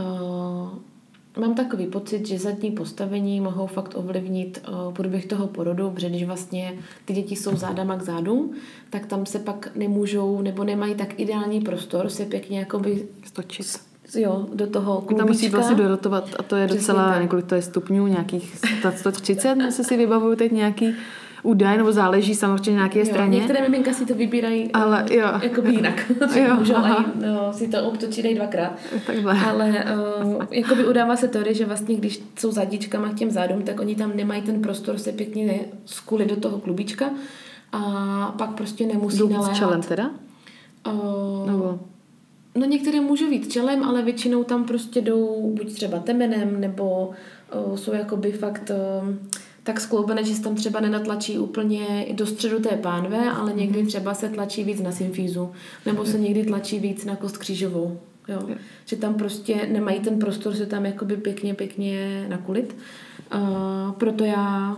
Mám takový pocit, že zadní postavení mohou fakt ovlivnit průběh toho porodu, protože když vlastně ty děti jsou zádama k zádům, tak tam se pak nemůžou, nebo nemají tak ideální prostor se pěkně jakoby stočit. Jo, do toho klubička. Tam musí vlastně dorotovat a to je docela, několik to je stupňů, nějakých 130, jestli si vybavuju teď nějaký údaj, nebo záleží samozřejmě na nějaké straně. Některé miminka si to vybírají jakoby jinak. Můžou si to obtočit i dvakrát. Takhle. Ale jakoby udává se teorie, že vlastně když jsou zadíčkama k těm zádům, tak oni tam nemají ten prostor se pěkně skulit do toho klubička a pak prostě nemusí naléhat. S čelem teda? No některé můžou být čelem, ale většinou tam prostě jdou buď třeba temenem, nebo jsou jakoby fakt tak skloubené, že se tam třeba nenatlačí úplně do středu té pánve, ale někdy třeba se tlačí víc na symfízu, nebo se někdy tlačí víc na kost křížovou. Jo. Že tam prostě nemají ten prostor se tam jakoby pěkně nakulit. Proto já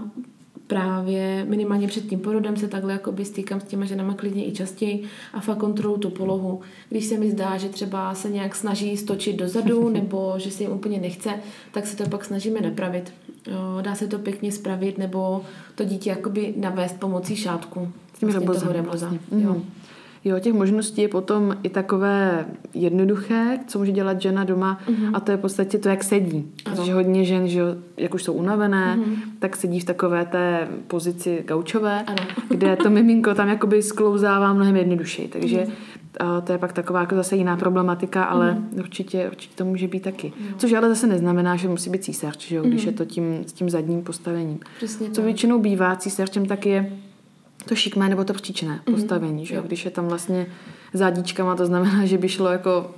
právě minimálně před tím porodem se takhle jakoby stýkám s těma ženama klidně i častěji a fakt kontrolu tu polohu. Když se mi zdá, že třeba se nějak snaží stočit dozadu nebo že se jim úplně nechce, tak se to pak snažíme napravit. Dá se to pěkně spravit nebo to dítě jakoby navést pomocí šátku. Vlastně toho reboza. Jo, těch možností je potom i takové jednoduché, co může dělat žena doma a to je v podstatě to, jak sedí. Protože hodně žen, že jak už jsou unavené, tak sedí v takové té pozici gaučové, kde to miminko tam jakoby sklouzává mnohem jednodušeji. Takže to je pak taková jako zase jiná problematika, ale určitě to může být taky. Což ale zase neznamená, že musí být císař, že jo, když je to s tím zadním postavením. Přesně co většinou bývá císařem, tak je to šikmé nebo to příčné postavení, že jo? Když je tam vlastně zádíčkama, to znamená, že by šlo jako,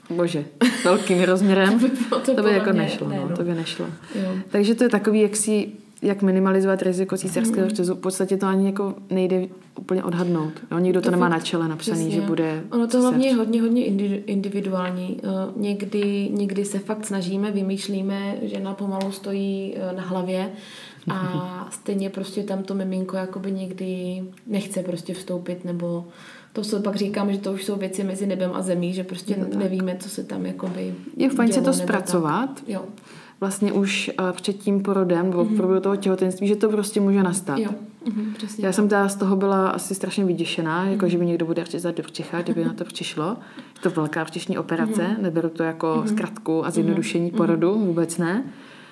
velkým rozměrem, to by jako nešlo. To by nešlo. Takže to je takový, jak minimalizovat riziko císařského řezu. V podstatě to ani jako nejde úplně odhadnout. Jo? Nikdo to nemá na čele napsaný, přesně, že bude ono to hlavně je hodně individuální. Někdy se fakt snažíme, vymýšlíme, žena pomalu stojí na hlavě a stejně prostě tam to miminko jakoby někdy nechce prostě vstoupit, nebo to se pak říkám, že to už jsou věci mezi nebem a zemí, že prostě nevíme, co se tam jakoby je fajn se to zpracovat. Jo. Vlastně už před tím porodem nebo v průběhu toho těhotenství, že to prostě může nastat. Jo. Přesně. Já jsem teda z toho byla asi strašně vyděšená, jako že by někdo bude řezat do břicha, kdyby na to přišlo. Je to velká břišní operace, neberu to jako zkratku a zjednodušení porodu, vůbec ne.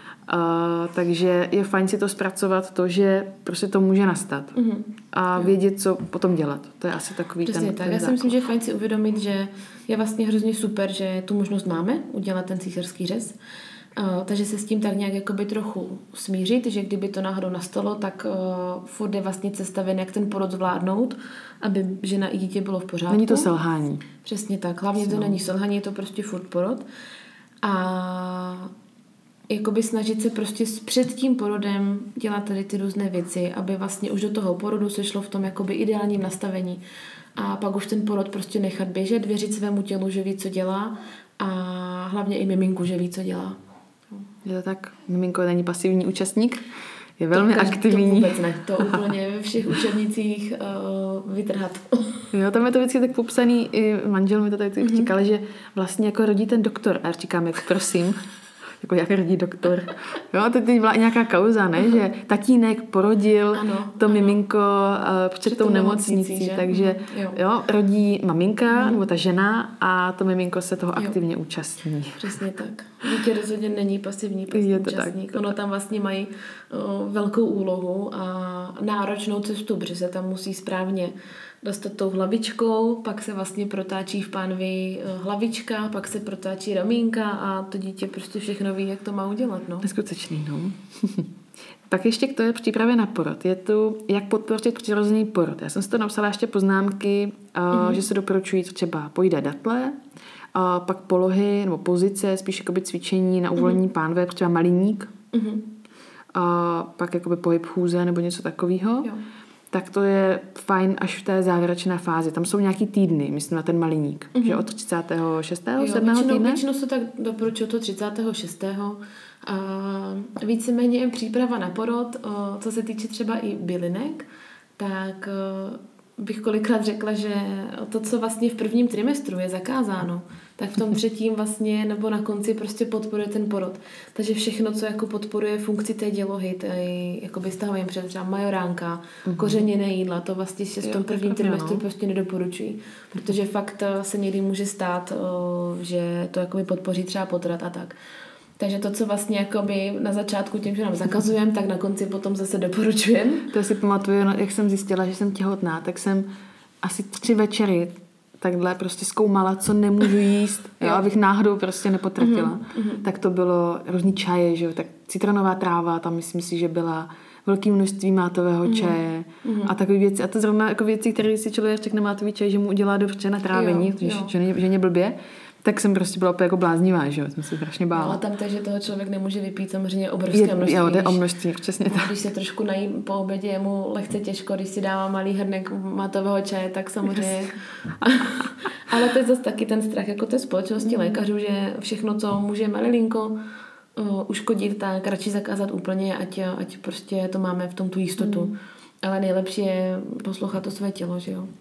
Takže je fajn si to zpracovat to, že prostě to může nastat. A vědět, co potom dělat. To je asi takový přesně tak. Já si myslím, že je fajn si uvědomit, že je vlastně hrozně super, že tu možnost máme udělat ten císařský řez. Takže se s tím tak nějak jakoby trochu smířit, že kdyby to náhodou nastalo, tak furt je vlastně cesta ven, jak ten porod zvládnout, aby žena i dítě bylo v pořádku. Není to selhání. Přesně tak. Hlavně to není selhání, je to prostě furt porod. A jakoby snažit se prostě před tím porodem dělat tady ty různé věci, aby vlastně už do toho porodu se šlo v tom jakoby ideálním nastavení. A pak už ten porod prostě nechat běžet, věřit svému tělu, že ví, co dělá a hlavně i miminku, že ví, co dělá. Je to tak? Miminko není pasivní účastník? Je velmi aktivní. To vůbec ne. To úplně ve všech učebnicích vytrhat. Jo, tam je to vždycky tak popsaný, i manžel mi to tady říkal, že vlastně jako rodí ten doktor. A já říkám, jak prosím, jako jak rodí doktor. Jo, to teď byla nějaká kauza, ne? Že tatínek porodil to miminko před tou nemocnicí, takže jo, rodí maminka nebo ta žena a to miminko se toho aktivně účastní. Přesně tak. Dítě rozhodně není pasivní účastník. Ono tam vlastně mají velkou úlohu a náročnou cestu, protože se tam musí správně dostat tou hlavičkou, pak se vlastně protáčí v pánvi hlavička, pak se protáčí ramínka a to dítě prostě všechno ví, jak to má udělat. No. Neskutečný, no. Pak ještě k té přípravě na porod. Je tu, jak podpořit přirozený porod. Já jsem si to napsala ještě poznámky, že se doporučují třeba pojídat datle, pak polohy nebo pozice, spíš jakoby cvičení na uvolnění pánve, třeba maliník, pak jakoby pohyb chůze nebo něco takového. Tak to je fajn až v té závěrečné fázi. Tam jsou nějaký týdny, myslím na ten maliník, že od 36. 7. týdne? Většinou se tak doporučuji to 36. A víceméně příprava na porod, co se týče třeba i bylinek, tak bych kolikrát řekla, že to, co vlastně v prvním trimestru je zakázáno, tak v tom třetím vlastně nebo na konci prostě podporuje ten porod. Takže všechno, co jako podporuje funkci té dělohy, jakoby stahovým před třeba majoránka, kořeněné jídla, to vlastně v tom prvním trimestru prostě nedoporučují. Protože fakt se někdy může stát, že to jakoby podpoří třeba potrat a tak. Takže to, co vlastně jakoby na začátku tím, že nám zakazujeme, tak na konci potom zase doporučujeme. To si pamatuju, jak jsem zjistila, že jsem těhotná, tak jsem asi 3 večery takhle prostě zkoumala, co nemůžu jíst, jo, abych náhodou prostě nepotratila. Tak to bylo různý čaje, že jo, tak citronová tráva, tam myslím si, že byla velké množství mátového čaje a takové věci. A to zrovna jako věci, které si člověk řekne mátový čaj, že mu udělá dobře na trávení, že mě blbě. Tak jsem prostě byla úplně jako bláznivá, že jo, jsem se strašně bála. Ale tam takže toho člověk nemůže vypít samozřejmě obrovské množství. Jo, jde o množství, přesně tak. Když se trošku nají po obědě, je mu lehce těžko, když si dává malý hrnek mátového čaje, tak samozřejmě. Ale to je zase taky ten strach jako té společnosti lékařů, že všechno, co může malilinko uškodit, tak radši zakázat úplně, ať prostě to máme v tom tu jistotu. Ale nejlepší je poslouchat to své tělo, že jo.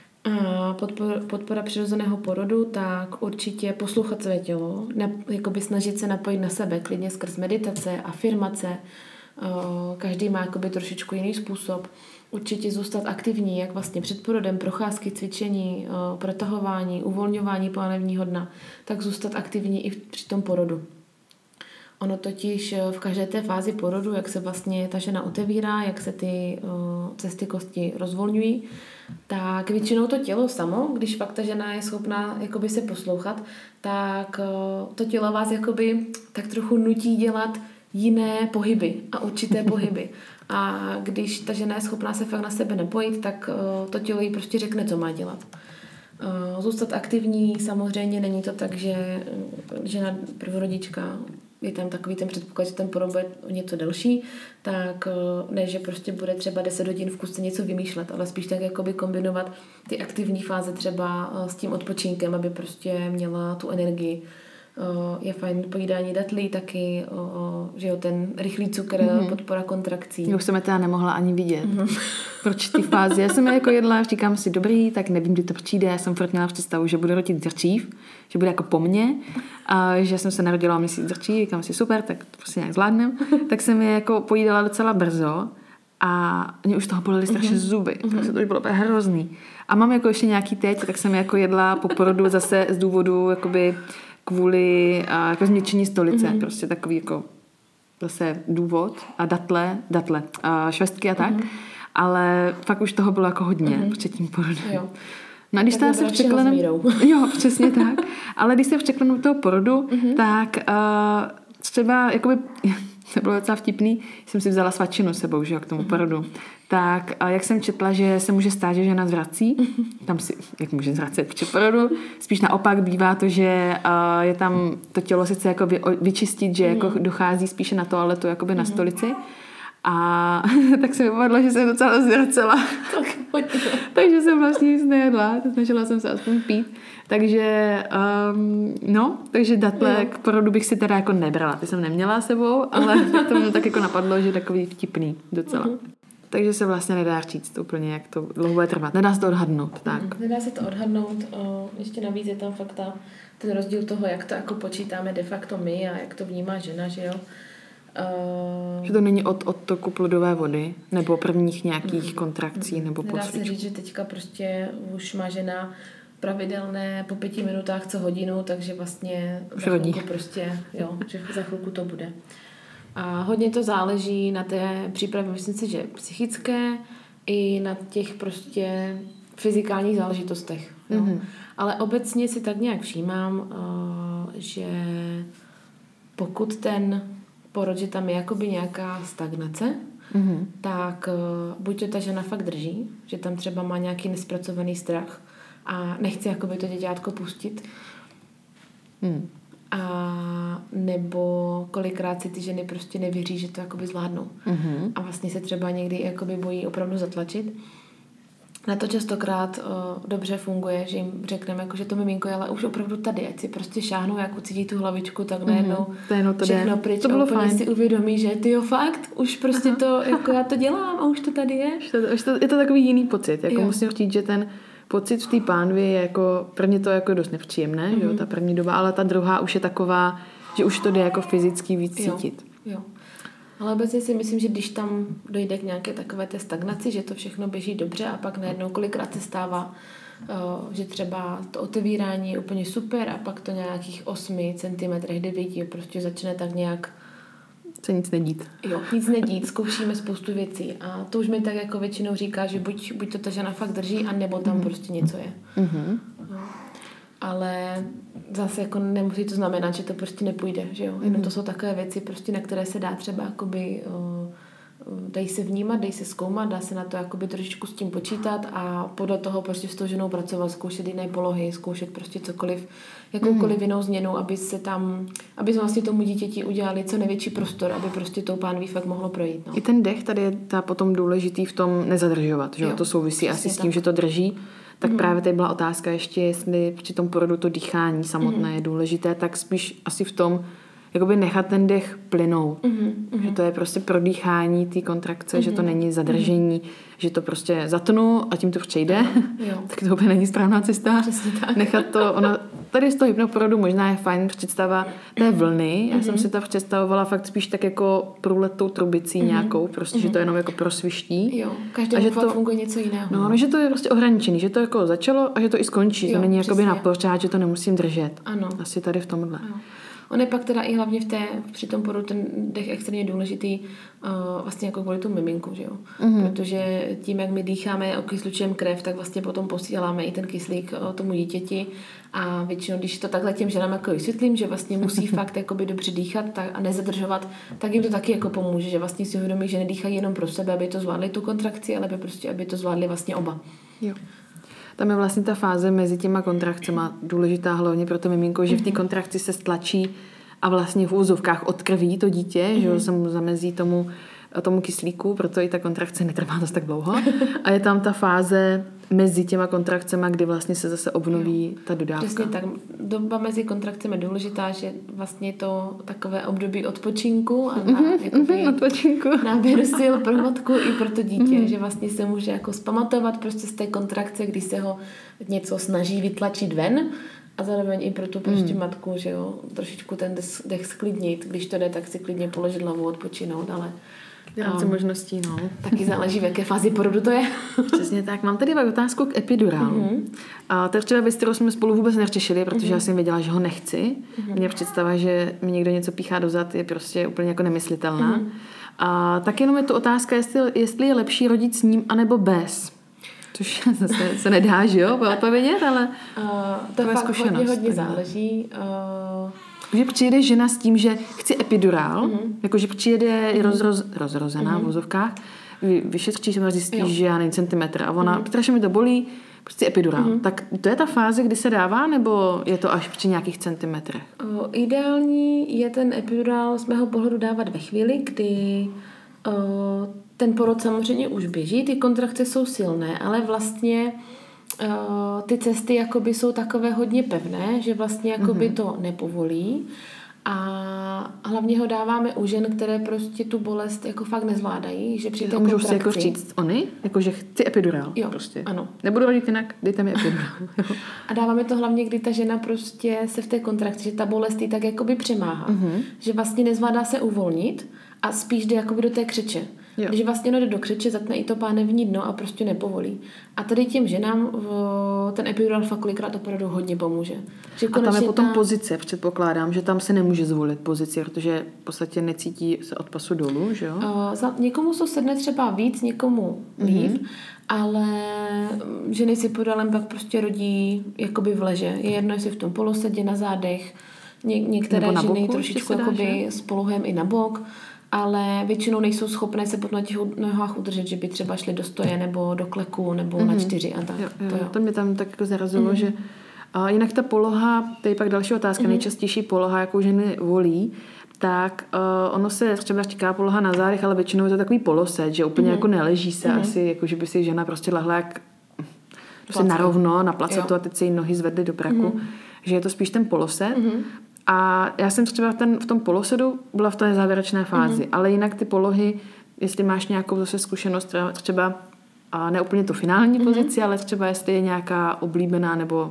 Podpora přirozeného porodu, tak určitě poslouchat své tělo, jakoby snažit se napojit na sebe, klidně skrz meditace, afirmace, každý má jakoby trošičku jiný způsob. Určitě zůstat aktivní, jak vlastně před porodem, procházky, cvičení, protahování, uvolňování pánevního dna, tak zůstat aktivní i při tom porodu. Ono totiž v každé té fázi porodu, jak se vlastně ta žena otevírá, jak se ty cesty kosti rozvolňují, tak většinou to tělo samo, když fakt ta žena je schopná jakoby se poslouchat, tak to tělo vás jakoby tak trochu nutí dělat jiné pohyby a určité pohyby. A když ta žena je schopná se fakt na sebe napojit, tak to tělo jí prostě řekne, co má dělat. Zůstat aktivní samozřejmě není to tak, že žena prvorodička je tam takový ten předpoklad, že ten porod bude něco delší, tak ne, že prostě bude třeba 10 hodin v kuse něco vymýšlet, ale spíš tak jakoby kombinovat ty aktivní fáze třeba s tím odpočinkem, aby prostě měla tu energii. Je fajn pojídání datlí taky, že jo, ten rychlý cukr, podpora kontrakcí. Už jsem je teda nemohla ani vidět. Proč ty fáze? Já jsem je jako jedla, říkám si, dobrý, tak nevím, kdy to přijde. Já jsem furt měla představu, že budu rodit dřív, že bude jako po mně, a že jsem se narodila měsíc dřív, říkám si, super, tak to prostě nějak zvládnem. Tak jsem je jako pojídala docela brzo a mě už toho bolely strašně zuby. Takže to už bylo hrozný. A mám jako ještě nějaký teď, tak jsem je jako jedla po porodu zase z důvodu jakoby kvůli jako změkčení stolice, prostě takový jako zase důvod a datle, a švestky a tak, ale fakt už toho bylo jako hodně před tím porodem. Jo. No a když tam se překlenu, jo, přesně tak, ale když se překlenu toho porodu, tak třeba jakoby to bylo docela vtipný, jsem si vzala svačinu sebou, že jo, k tomu porodu. Tak a jak jsem četla, že se může stát, že žena zvrací, tam si, jak může zvracet při porodu, spíš naopak bývá to, že je tam to tělo se chce jako vyčistit, že jako dochází spíše na toaletu, jakoby na stolici. A tak se mi povedlo, že jsem docela zvracela. Takže jsem vlastně nic nejedla, snažila jsem se aspoň pít. Takže, takže datle k porodu bych si teda jako nebrala. Ty jsem neměla sebou, ale to mě tak jako napadlo, že takový vtipný docela. Takže se vlastně nedá říct úplně, jak to dlouho bude trvat. Nedá se to odhadnout. Tak. Nedá se to odhadnout. Ještě navíc je tam fakt ten rozdíl toho, jak to jako počítáme de facto my a jak to vnímá žena, že jo. Že to není od odtoku plodové vody nebo prvních nějakých kontrakcí nebo po Nedá se říct, že teďka prostě už má žena pravidelné po 5 minutách co hodinu, takže vlastně za chvilku prostě, jo, že za chvilku to bude. A hodně to záleží na té přípravě, myslím si, že psychické i na těch prostě fyzikálních záležitostech. Jo. Ale obecně si tak nějak všímám, že pokud ten porod, že tam je jakoby nějaká stagnace, tak buď to ta žena fakt drží, že tam třeba má nějaký nespracovaný strach a nechce jakoby to děťátko pustit. A nebo kolikrát si ty ženy prostě nevěří, že to jakoby zvládnou. A vlastně se třeba někdy jakoby bojí opravdu zatlačit. Na to častokrát dobře funguje, že jim řekneme, jako, že to miminko je ale už opravdu tady, ať si prostě šáhnou, jak ucítí tu hlavičku, tak najednou všechno pryč to bylo a úplně fajn. si uvědomí, že tyjo fakt, už prostě to, jako já to dělám a už to tady je. Je to takový jiný pocit, jako musím říct, že ten pocit v té pánvi je jako, prvně to jako dost nepříjemné, jo, ta první doba, ale ta druhá už je taková, že už to jde jako fyzicky víc cítit. Jo. Ale obecně si myslím, že když tam dojde k nějaké takové té stagnaci, že to všechno běží dobře a pak najednou kolikrát se stává, že třeba to otevírání je úplně super a pak to nějakých 8 cm, 9 prostě začne tak nějak se nic nedít. Jo, nic nedít, zkoušíme spoustu věcí a to už mi tak jako většinou říká, že buď to ta žena fakt drží, anebo tam prostě něco je. No. Ale zase jako nemusí to znamenat, že to prostě nepůjde, že jo. Jenom to jsou takové věci, prostě, na které se dá třeba jakoby, dají se vnímat, dají se zkoumat, dá se na to jakoby trošičku s tím počítat a podle toho prostě s tou ženou pracovat, zkoušet jiné polohy, zkoušet prostě cokoliv, jakoukoliv jinou změnu, aby jsme vlastně tomu dítěti udělali co největší prostor, aby prostě tou pánví fakt mohlo projít. No. I ten dech tady je potom důležitý v tom nezadržovat, že jo? To souvisí asi s tím, že to drží. Tak právě tady byla otázka ještě, jestli při tom porodu to dýchání samotné je důležité, tak spíš asi v tom, jakoby nechat ten dech plynout. Že to je prostě prodýchání té kontrakce, že to není zadržení, že to prostě zatnu a tím to přejde. Tak to úplně není správná cesta. Nechat to, tady z toho hypnoporodu možná je fajn představa té vlny. Já jsem si to představovala fakt spíš tak jako průletou trubicí nějakou, prostě, že to jenom jako prosviští. Jo, každému fakt funguje něco jiného. No, že to je prostě ohraničený, že to jako začalo a že to i skončí. To není jakoby na pořád, že to nemusím držet. Ano. Asi tady v tomhle. Ano. On je pak teda i hlavně při tom porodu ten dech extrémně důležitý vlastně jako kvůli tomu miminku, že jo. Protože tím, jak my dýcháme, okysličujeme krev, tak vlastně potom posíláme i ten kyslík tomu dítěti a většinou, když to takhle těm ženám jako vysvětlím, že vlastně musí fakt jakoby dobře dýchat a nezadržovat, tak jim to taky jako pomůže, že vlastně si uvědomí, že nedýchají jenom pro sebe, aby to zvládli tu kontrakci, ale aby to zvládli vlastně oba. Jo. Tam je vlastně ta fáze mezi těma kontrakcema důležitá hlavně pro to miminko, že v té kontrakci se stlačí a vlastně v úzovkách odkrví to dítě, že se mu zamezí tomu kyslíku, proto i ta kontrakce netrvá zase tak dlouho. A je tam ta fáze mezi těma kontrakcemi, kdy vlastně se zase obnoví ta dodávka. Přesně tak. Doba mezi kontrakcemi je důležitá, že vlastně to takové období odpočinku a náběru sil pro matku i pro to dítě, že vlastně se může jako zpamatovat prostě z té kontrakce, když se ho něco snaží vytlačit ven a zároveň i pro tu prostě matku, že jo, trošičku ten dech sklidnit, když to jde, tak si klidně položit hlavu, odpočinout, ale rámci možností, no. Taky záleží, v jaké fázi porodu to je. Přesně tak. Mám tady otázku k epidurálu. A to je třeba věc, kterou jsme spolu vůbec neřešili, protože já jsem věděla, že ho nechci. Mně představa, že mi někdo něco píchá do zad, je prostě úplně jako nemyslitelná. A tak jenom je tu otázka, jestli je lepší rodit s ním, anebo bez. Což zase se nedá, že jo, odpovědět, ale to fakt hodně záleží. Že přijede žena s tím, že chci epidurál, jakože přijede rozrozená v vozovkách, vyšetří se a zjistí, že já nejím centimetr a ona, strašně mi to bolí, prostě epidurál. Tak to je ta fáze, kdy se dává, nebo je to až při nějakých centimetrech? Ideální je ten epidurál z mého pohledu dávat ve chvíli, kdy ten porod samozřejmě už běží, ty kontrakce jsou silné, ale vlastně ty cesty jakoby jsou takové hodně pevné, že vlastně jakoby to nepovolí. A hlavně ho dáváme u žen, které prostě tu bolest jako fakt nezvládají, že při té kontrakci... Můžu si jako říct oni, jako že chci epidurál. Jo, prostě. Ano. Nebudu rodit jinak, dejte mi epidurál. A dáváme to hlavně, kdy ta žena prostě se v té kontrakci, že ta bolest jí tak jakoby přemáhá. Že vlastně nezvládá se uvolnit a spíš jde jakoby do té křeče. Jo. Když vlastně jde do křeče, zatne i to pánevní dno a prostě nepovolí. A tady těm ženám ten epidural fakt kolikrát opravdu hodně pomůže. Že a tam je potom pozice, předpokládám, že tam se nemůže zvolit pozici, protože v podstatě necítí se od pasu dolů, že jo? Někomu se sedne třeba víc, někomu líp, ale ženy si epidurálem pak prostě rodí jakoby v leže. Je jedno, jestli v tom polosedě, na zádech, některé ženy boku, trošičku jakoby s polohem i na bok, ale většinou nejsou schopné se potom na těch nohách udržet, že by třeba šly do stoje nebo do kleku nebo na 4 a tak. Jo. To mě tam tak jako zarazilo, že jinak ta poloha, to je pak další otázka, nejčastější poloha, jakou ženy volí, tak ono se třeba říká poloha na zádech, ale většinou je to takový polosed, že úplně jako neleží se asi, jako že by si žena prostě lahla jak prostě narovno na placetu a teď se jí nohy zvedly do praku, že je to spíš ten polosed. A já jsem třeba v tom polosedu byla v té závěrečné fázi, ale jinak ty polohy, jestli máš nějakou zase zkušenost, třeba ne úplně tu finální pozici, ale třeba jestli je nějaká oblíbená nebo...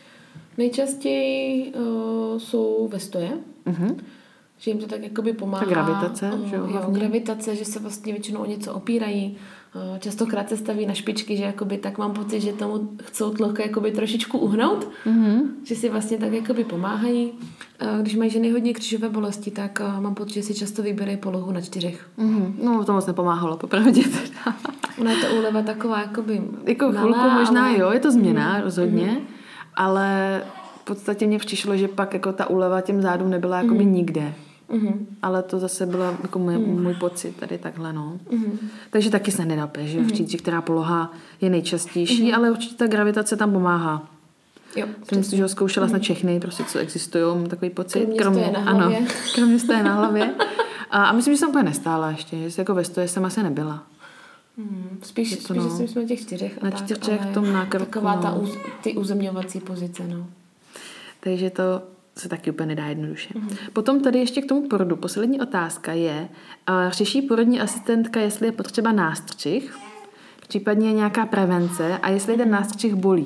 Nejčastěji jsou ve stoje, že jim to tak jakoby pomáhá. Ta gravitace, že jo? Gravitace, že se vlastně většinou o něco opírají. Častokrát se staví na špičky, že jakoby tak mám pocit, že tomu chcou tloka jakoby trošičku uhnout, že si vlastně tak jakoby pomáhají. Když mají ženy hodně křížové bolesti, tak mám pocit, že si často vybírají polohu na 4. No to moc nepomáhalo, popravdě. Ona je to úleva taková jakoby jako chvilku možná, ale... jo, je to změna rozhodně, ale v podstatě mně přišlo, že pak jako ta úleva těm zádům nebyla jakoby nikde. Ale to zase byla jako můj pocit tady takhle, no. Takže taky se nedá že říct, která poloha je nejčastější, ale určitě ta gravitace tam pomáhá. Jo, jsem myslím, že ho zkoušela snad všechny, prostě co existují, mám takový pocit. Kromě stoje na hlavě. Ano, kromě stoje na hlavě. A myslím, že jsem úplně nestála ještě, že jako ve stoje jsem asi nebyla. Spíš že jsme na těch 4. Na 4 v tom nákrku. Taková ty uzemňovací pozice, no. Takže to se taky úplně nedá jednoduše. Potom tady ještě k tomu porodu. Poslední otázka je, řeší porodní asistentka, jestli je potřeba nástřih, případně nějaká prevence a jestli ten nástřih bolí.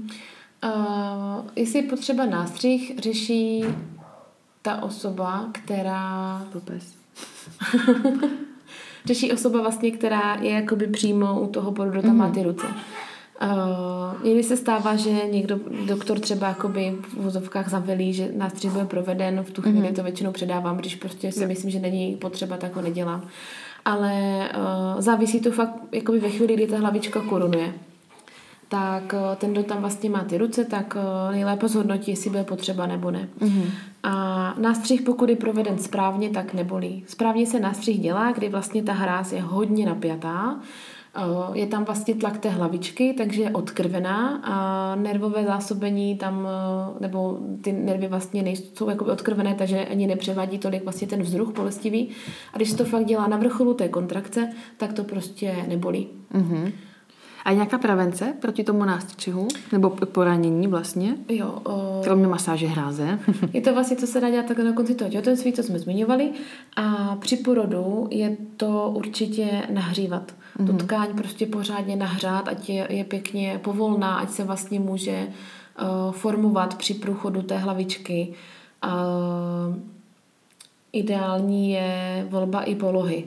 Jestli je potřeba nástřih, řeší ta osoba, která... řeší osoba vlastně, která je jakoby přímo u toho porodu, tam má ty ruce. Někdy se stává, že doktor třeba jakoby v vozovkách zavelí, že nástřih bude proveden, v tu chvíli to většinou předávám, když prostě si myslím, že není potřeba, tak ho nedělám. Ale závisí to fakt jakoby ve chvíli, kdy ta hlavička korunuje. Tak ten, kdo tam vlastně má ty ruce, tak nejlépe zhodnotí, jestli bude potřeba nebo ne. A nástřih, pokud je proveden správně, tak nebolí. Správně se nástřih dělá, kdy vlastně ta hráz je hodně napjatá, je tam vlastně tlak té hlavičky, takže je odkrvená a nervové zásobení tam, nebo ty nervy vlastně nejsou jakoby odkrvené, takže ani nepřevádí tolik vlastně ten vzruch bolestivý. A když se to fakt dělá na vrcholu té kontrakce, tak to prostě nebolí. A nějaká prevence proti tomu nástřihu? Nebo poranění vlastně? Jo. Kromě masáže hráze. Je to vlastně, co se dá dělat takhle na konci toho těhotenství, co jsme zmiňovali. A při porodu je to určitě nahřívat. Tu tkáň prostě pořádně nahřát, ať je pěkně povolná, ať se vlastně může formovat při průchodu té hlavičky. Ideální je volba i polohy.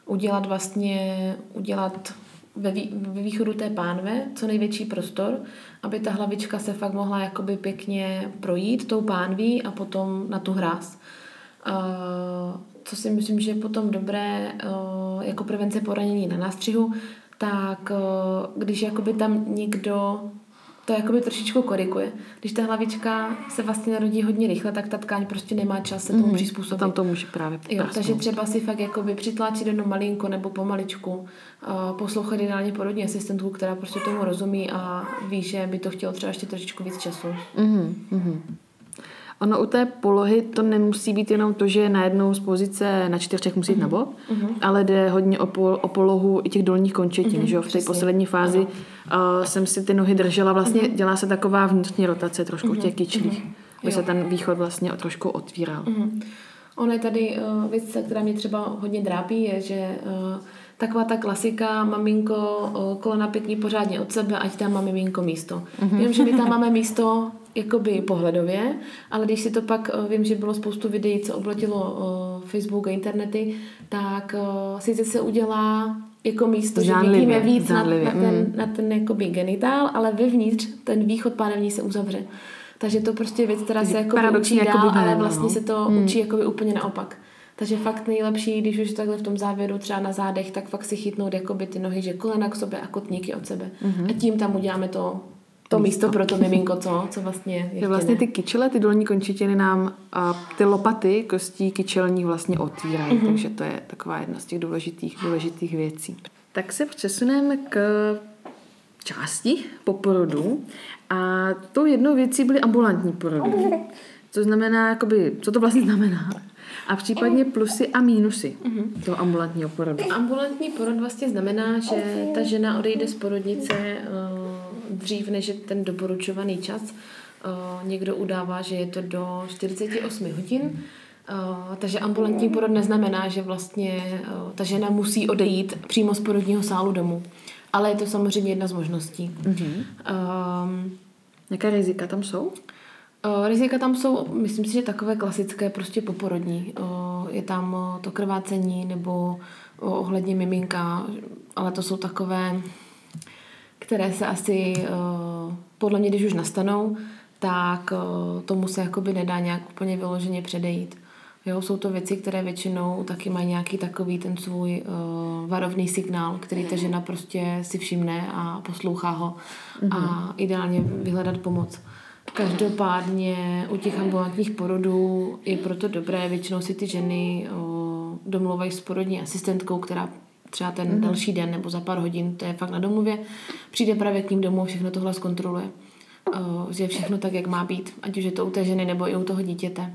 Udělat ve východu té pánve co největší prostor, aby ta hlavička se fakt mohla jakoby pěkně projít tou pánví a potom na tu hráz. Co si myslím, že je potom dobré jako prevence poranění na nástřihu, tak když jakoby tam někdo to jakoby trošičku koriguje. Když ta hlavička se vlastně narodí hodně rychle, tak ta tkáň prostě nemá čas se tomu přizpůsobit. Tam to může právě takže třeba si fakt jakoby přitlačit jenom malinko nebo pomaličku, poslouchat ideálně porodní asistentku, která prostě tomu rozumí a ví, že by to chtělo třeba ještě trošičku víc času. Ono u té polohy to nemusí být jenom to, že najednou z pozice na 4 musí jít na bok, ale jde hodně o polohu i těch dolních končetin, že jo? V té poslední fázi jsem si ty nohy držela, vlastně dělá se taková vnitřní rotace trošku v těch kyčlích, aby se ten východ vlastně trošku otvíral. Ono je tady věc, která mě třeba hodně trápí, je, že taková ta klasika, maminko, kolena pěkně pořádně od sebe, ať tam máme miminko místo. Vím, že my tam máme místo jakoby pohledově, ale když si to pak, vím, že bylo spoustu videí, co obletilo Facebook a internety, tak sice se udělá jako místo, že vidíme víc na ten jakoby genitál, ale vevnitř ten východ pánevní se uzavře. Takže to prostě je věc, která se jako učí dál, ale vlastně se to učí jakoby úplně naopak. Takže fakt nejlepší, když už takhle v tom závěru třeba na zádech, tak fakt si chytnout jakoby ty nohy, že kolena k sobě a kotníky od sebe. A tím tam uděláme to místo pro to miminko, co vlastně je vlastně ty kyčele, ty dolní končetiny nám ty lopaty kostí kyčelních vlastně otvírají, takže to je taková jedna z těch důležitých věcí. Tak se přesuneme k části po porodu a tou jednou věcí byly ambulantní porody. Co znamená, jakoby, co to vlastně znamená? A případně plusy a mínusy toho ambulantního porodu. Ambulantní porod vlastně znamená, že ta žena odejde z porodnice dřív, než je ten doporučovaný čas. Někdo udává, že je to do 48 hodin. Takže ambulantní porod neznamená, že vlastně ta žena musí odejít přímo z porodního sálu domů. Ale je to samozřejmě jedna z možností. Jaká rizika tam jsou? Rizika tam jsou, myslím si, že takové klasické, prostě poporodní. Je tam to krvácení nebo ohledně miminka, ale to jsou takové, které se asi, podle mě, když už nastanou, tak tomu se jakoby nedá nějak úplně vyloženě předejít. Jo, jsou to věci, které většinou taky mají nějaký takový ten svůj varovný signál, který ta žena prostě si všimne a poslouchá ho a ideálně vyhledat pomoc. Každopádně u těch ambulantních porodů je proto dobré, většinou si ty ženy domluvají s porodní asistentkou, která třeba ten další den nebo za pár hodin, to je fakt na domluvě, přijde právě k ním domů, všechno tohle zkontroluje. Že je všechno tak, jak má být, ať už je to u té ženy nebo i u toho dítěte.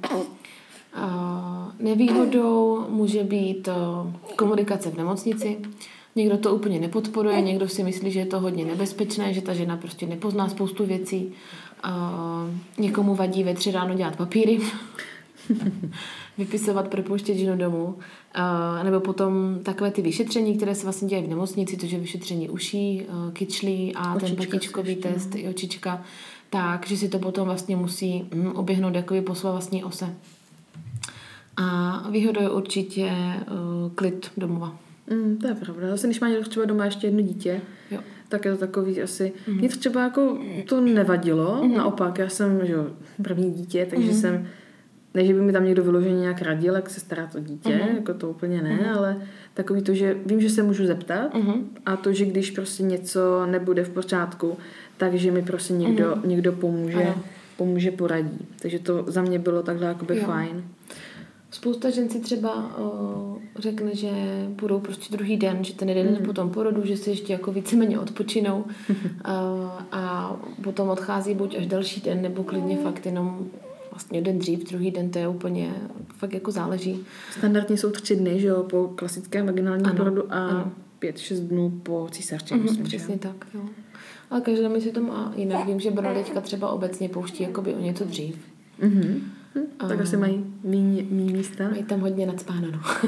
Nevýhodou může být komunikace v nemocnici. Někdo to úplně nepodporuje, někdo si myslí, že je to hodně nebezpečné, že ta žena prostě nepozná spoustu věcí. Někomu vadí ve 3 ráno dělat papíry, vypisovat, propouštět ženu domů. Nebo potom takové ty vyšetření, které se vlastně dělají v nemocnici, což je vyšetření uší, kyčlí a ten patičkový test i očička. Tak, že si to potom vlastně musí oběhnout jakoby po své vlastní ose. A výhodou je určitě klid domova. To je pravda. Zase, když má někdo třeba doma ještě jedno dítě, tak je to takový asi... Mně třeba jako to nevadilo, naopak, já jsem první dítě, takže jsem... Ne, že by mi tam někdo vyloženě nějak radil, jak se starat o dítě, jako to úplně ne, ale takový to, že vím, že se můžu zeptat a to, že když prostě něco nebude v pořádku, takže mi prostě někdo pomůže, poradí. Takže to za mě bylo takhle jakoby fajn. Spousta žen si třeba řekne, že budou prostě druhý den, že ten jeden po tom porodu, že si ještě jako víceméně odpočinou a potom odchází buď až další den, nebo klidně fakt jenom vlastně den dřív, druhý den, to je úplně, fakt jako záleží. Standardně jsou 3 dny, že jo, po klasickém vaginálním porodu a 5-6 dnů po císařce. Přesně tak, jo. Ale každá mi si to má jinak. Vím, že Brno teďka třeba obecně pouští jakoby o něco dřív. Tak asi mají méně místa. Mají tam hodně nacpáno.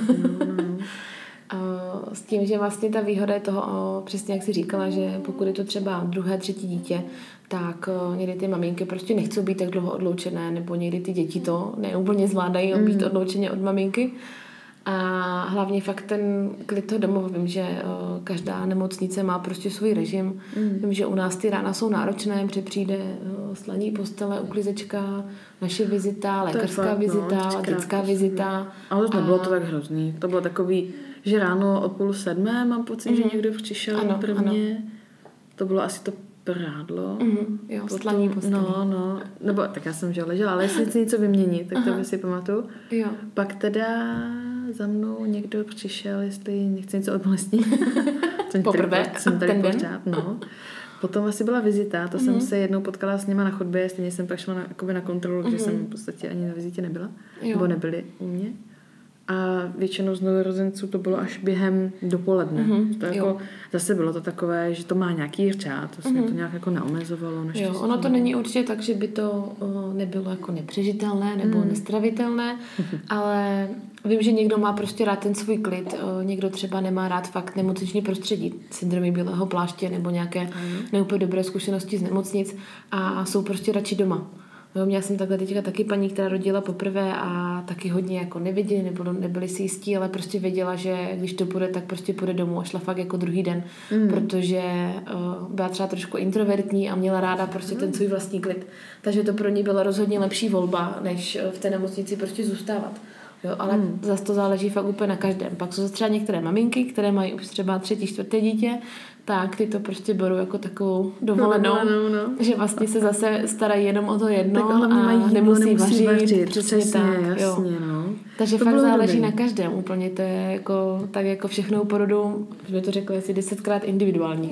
S tím, že vlastně ta výhoda je toho, přesně jak jsi říkala, že pokud je to třeba 2., 3. dítě, tak někdy ty maminky prostě nechcou být tak dlouho odloučené, nebo někdy ty děti to neúplně zvládají být odloučeně od maminky. A hlavně fakt ten klid toho domova, vím, že každá nemocnice má prostě svůj režim. Vím, že u nás ty rána jsou náročné, protože přijde slaní postele, uklizečka, naše vizita, lékařská vizita, dětská vizita. Ale to nebylo to tak hrozný. To bylo takový, že ráno o 6:30 mám pocit, že někdo přišel prvně. To bylo asi to prádlo. Jo, slaní postelí. No, nebo tak já jsem že ležela, ale jestli chci něco vyměnit, tak to si pamatuju. Jo. Pak teda za mnou někdo přišel, jestli nechci něco odmlastnit. Poprvé? Jsem tady pořád, no. Potom asi byla vizita, to jsem se jednou potkala s nima na chodbě, stejně jsem pak šla na kontrolu, protože jsem v podstatě ani na vizitě nebyla, nebo nebyli u mě. A většinou z novorozenců to bylo až během dopoledne. To jako, zase bylo to takové, že to má nějaký řád, to se to nějak jako neomezovalo. Jo, ono to není určitě tak, že by to nebylo jako nepřežitelné nebo nestravitelné, ale vím, že někdo má prostě rád ten svůj klid, někdo třeba nemá rád fakt nemocniční prostředí, syndromy bílého pláště nebo nějaké neúplně dobré zkušenosti z nemocnic a jsou prostě radši doma. No, měla jsem takhle teďka taky paní, která rodila poprvé a taky hodně jako nevěděli nebo nebyli si jistí, ale prostě věděla, že když to půjde, tak prostě půjde domů a šla fakt jako druhý den, protože byla třeba trošku introvertní a měla ráda prostě ten svůj vlastní klid. Takže to pro ní byla rozhodně lepší volba, než v té nemocnici prostě zůstávat. Jo, ale zase to záleží fakt úplně na každém. Pak jsou třeba některé maminky, které mají už třeba 3., 4. dítě, tak ty to prostě berou jako takovou dovolenou, že vlastně se zase starají jenom o to jedno a nemusí vařit. Přesně tak. Jasně, jo. No. Takže to fakt záleží na každém úplně. To je jako, tak jako všechno u porodu, jsme to řekli asi 10krát individuální.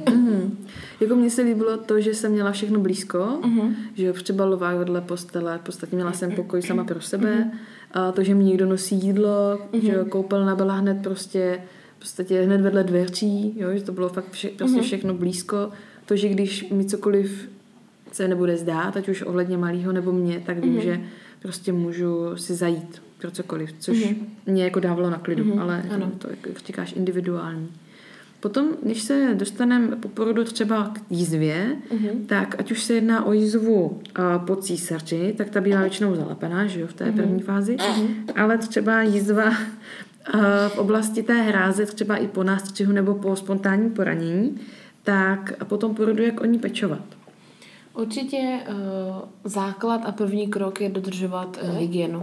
Jako mně se líbilo to, že jsem měla všechno blízko, že třeba lovák vedle postele, v podstatě měla jsem pokoj sama pro sebe, a to, že mi někdo nosí jídlo, že koupelna byla hned prostě v podstatě hned vedle dveří, jo, že to bylo fakt prostě všechno blízko. To, že když mi cokoliv se nebude zdát, ať už ohledně malýho nebo mě, tak vím, že prostě můžu si zajít pro cokoliv, což mě jako dávalo na klidu, ale to, jak říkáš, individuální. Potom, když se dostaneme po porodu třeba k jízvě, tak ať už se jedná o jízvu po císaři, tak ta bývá většinou zalepená, že jo, v té první fázi, ale třeba jízva v oblasti té hráze, třeba i po nástřihu nebo po spontánním poranění, tak potom porodu, jak o ní pečovat. Určitě základ a první krok je dodržovat hygienu,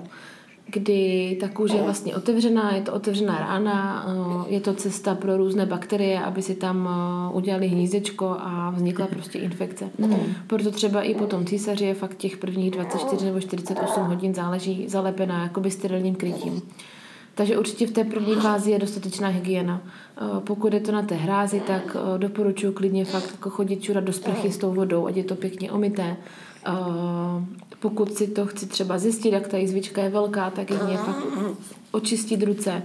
kdy ta kůže je vlastně otevřená, je to otevřená rána, je to cesta pro různé bakterie, aby si tam udělali hnízdečko a vznikla prostě infekce. Proto třeba i po tom císaři je fakt těch prvních 24 nebo 48 hodin záleží zalepená jakoby sterilním krytím. Takže určitě v té první fázi je dostatečná hygiena. Pokud je to na té hrázi, tak doporučuji klidně fakt jako chodit čurat do sprchy s tou vodou, ať je to pěkně omyté. Pokud si to chci třeba zjistit, jak ta jizvička je velká, tak jedině fakt očistit ruce.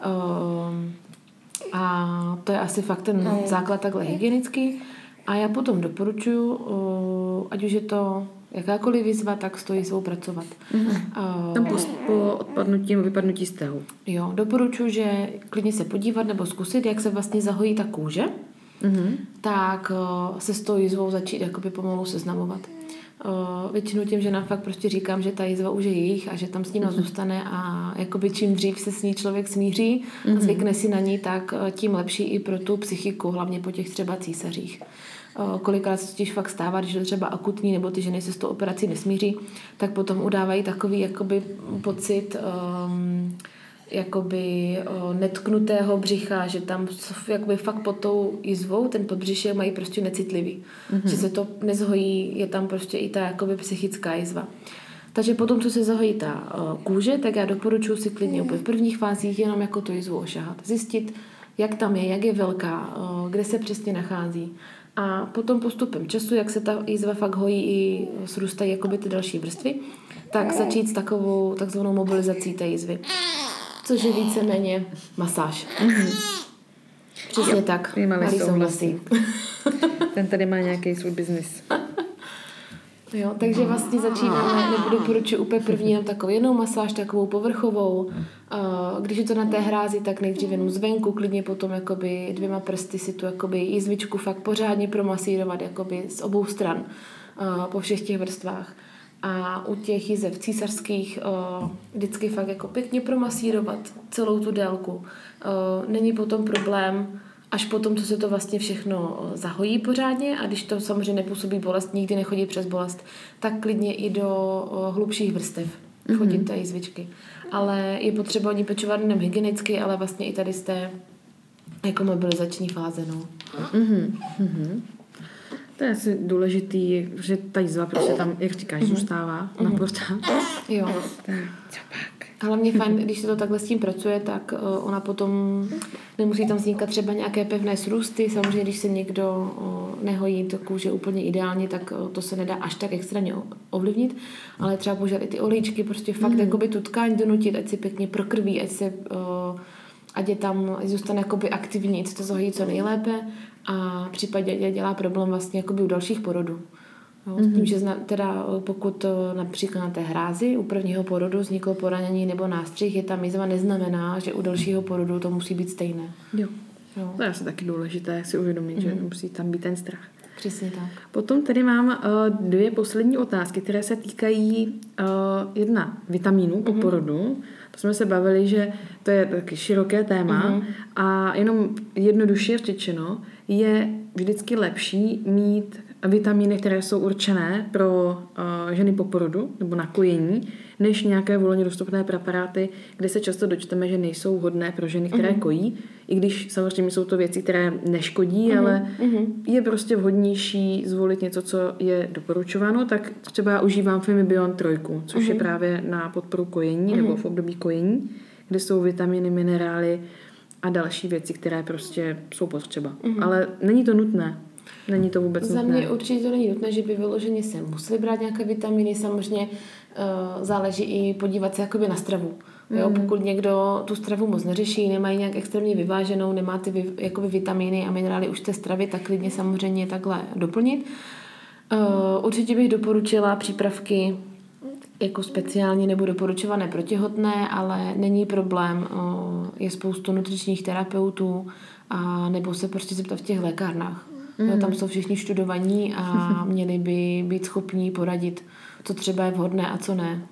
A to je asi fakt ten základ takhle hygienický. A já potom doporučuji, ať už je to jakákoliv výzva, tak stojí svou pracovat. Tam po odpadnutí nebo vypadnutí z tahu. Jo, doporučuji, že klidně se podívat nebo zkusit, jak se vlastně zahojí ta kůže, tak se s tou jizvou začít jakoby pomalu seznamovat. Většinou těm ženám fakt prostě říkám, že ta jizva už je jejich a že tam s ní zůstane a jakoby čím dřív se s ní člověk smíří a zvykne si na ní, tak tím lepší i pro tu psychiku, hlavně po těch třeba císařích. Kolikrát se totiž fakt stává, když je to třeba akutní nebo ty ženy se s tou operací nesmíří, tak potom udávají takový jakoby pocit jakoby netknutého břicha, že tam jakoby fakt pod tou jizvou ten podbřišek mají prostě necitlivý. Že se to nezhojí, je tam prostě i ta jakoby psychická jizva. Takže potom, co se zahojí ta kůže, tak já doporučuji si klidně úplně v prvních fázích jenom jako tu jizvu ošahat. Zjistit, jak tam je, jak je velká, kde se přesně nachází. A potom postupem času, jak se ta jizva fakt hojí i srůstají jakoby ty další vrstvy, tak začít s takovou takzvanou mobilizací té jizvy. Což je víceméně masáž. Přesně tak. Malý souhlasí. Ten tady má nějaký svůj biznis. Jo, takže vlastně začínáme, nebo doporučuji úplně první jenom takovou jednou masáž, takovou povrchovou. Když je to na té hrázi, tak nejdřív jenom zvenku, klidně potom jakoby 2 prsty si tu jakoby jizvičku fakt pořádně promasírovat jakoby z obou stran po všech těch vrstvách. A u těch jizev císařských vždycky fakt jako pěkně promasírovat celou tu délku. Není potom problém až potom, co se to vlastně všechno zahojí pořádně a když to samozřejmě nepůsobí bolest, nikdy nechodí přes bolest, tak klidně i do hlubších vrstev chodit té jizvičky. Ale je potřeba o ní pečovat nejen hygienicky, ale vlastně i tady z té jako mobilizační fáze. No. To je asi důležitý, že ta jízva prostě tam, jak říkáš, zůstává na pořád. Jo. Hlavně fajn, když se to takhle s tím pracuje, tak ona potom nemusí tam vznikat třeba nějaké pevné srůsty. Samozřejmě, když se někdo nehojí to kůže úplně ideálně, tak to se nedá až tak extrémně ovlivnit, ale třeba používat i ty olíčky, prostě fakt jakoby tu tkáň donutit, ať se pěkně prokrví, ať je tam, ať zůstane jakoby aktivní, ať se to zahojí co nejlépe a v případě dělá problém vlastně jakoby u dalších porodů. Jo, s tím, že teda pokud například na té hrázi u prvního porodu vzniklo poranění nebo nástřih, je ta jízva, neznamená, že u dalšího porodu to musí být stejné. Jo. To je asi taky důležité si uvědomit, že musí tam být ten strach. Přesně tak. Potom tady mám 2 poslední otázky, které se týkají jedna vitamínů po porodu. To jsme se bavili, že to je taky široké téma a jenom jednoduše řečeno je vždycky lepší mít vitamíny, které jsou určené pro ženy po porodu nebo na kojení, než nějaké volně dostupné preparáty, kde se často dočteme, že nejsou vhodné pro ženy, které kojí, i když samozřejmě jsou to věci, které neškodí, ale je prostě vhodnější zvolit něco, co je doporučováno, tak třeba já užívám Femibion 3, což je právě na podporu kojení nebo v období kojení, kde jsou vitaminy, minerály a další věci, které prostě jsou potřeba. Ale není to nutné. Není to vůbec nutné. Za mě určitě to není nutné, že by vyloženě se museli brát nějaké vitaminy. Samozřejmě záleží i podívat se jakoby na stravu. Jo, pokud někdo tu stravu moc neřeší, nemají nějak extrémně vyváženou, nemá ty jakoby vitamíny a minerály už té stravy, tak klidně samozřejmě takhle doplnit. Určitě bych doporučila přípravky jako speciální nebo doporučované pro těhotné, ale není problém. Je spoustu nutričních terapeutů a nebo se prostě zeptat v těch lékárnách. Jo, tam jsou všichni študovaní a měli by být schopní poradit, co třeba je vhodné a co ne.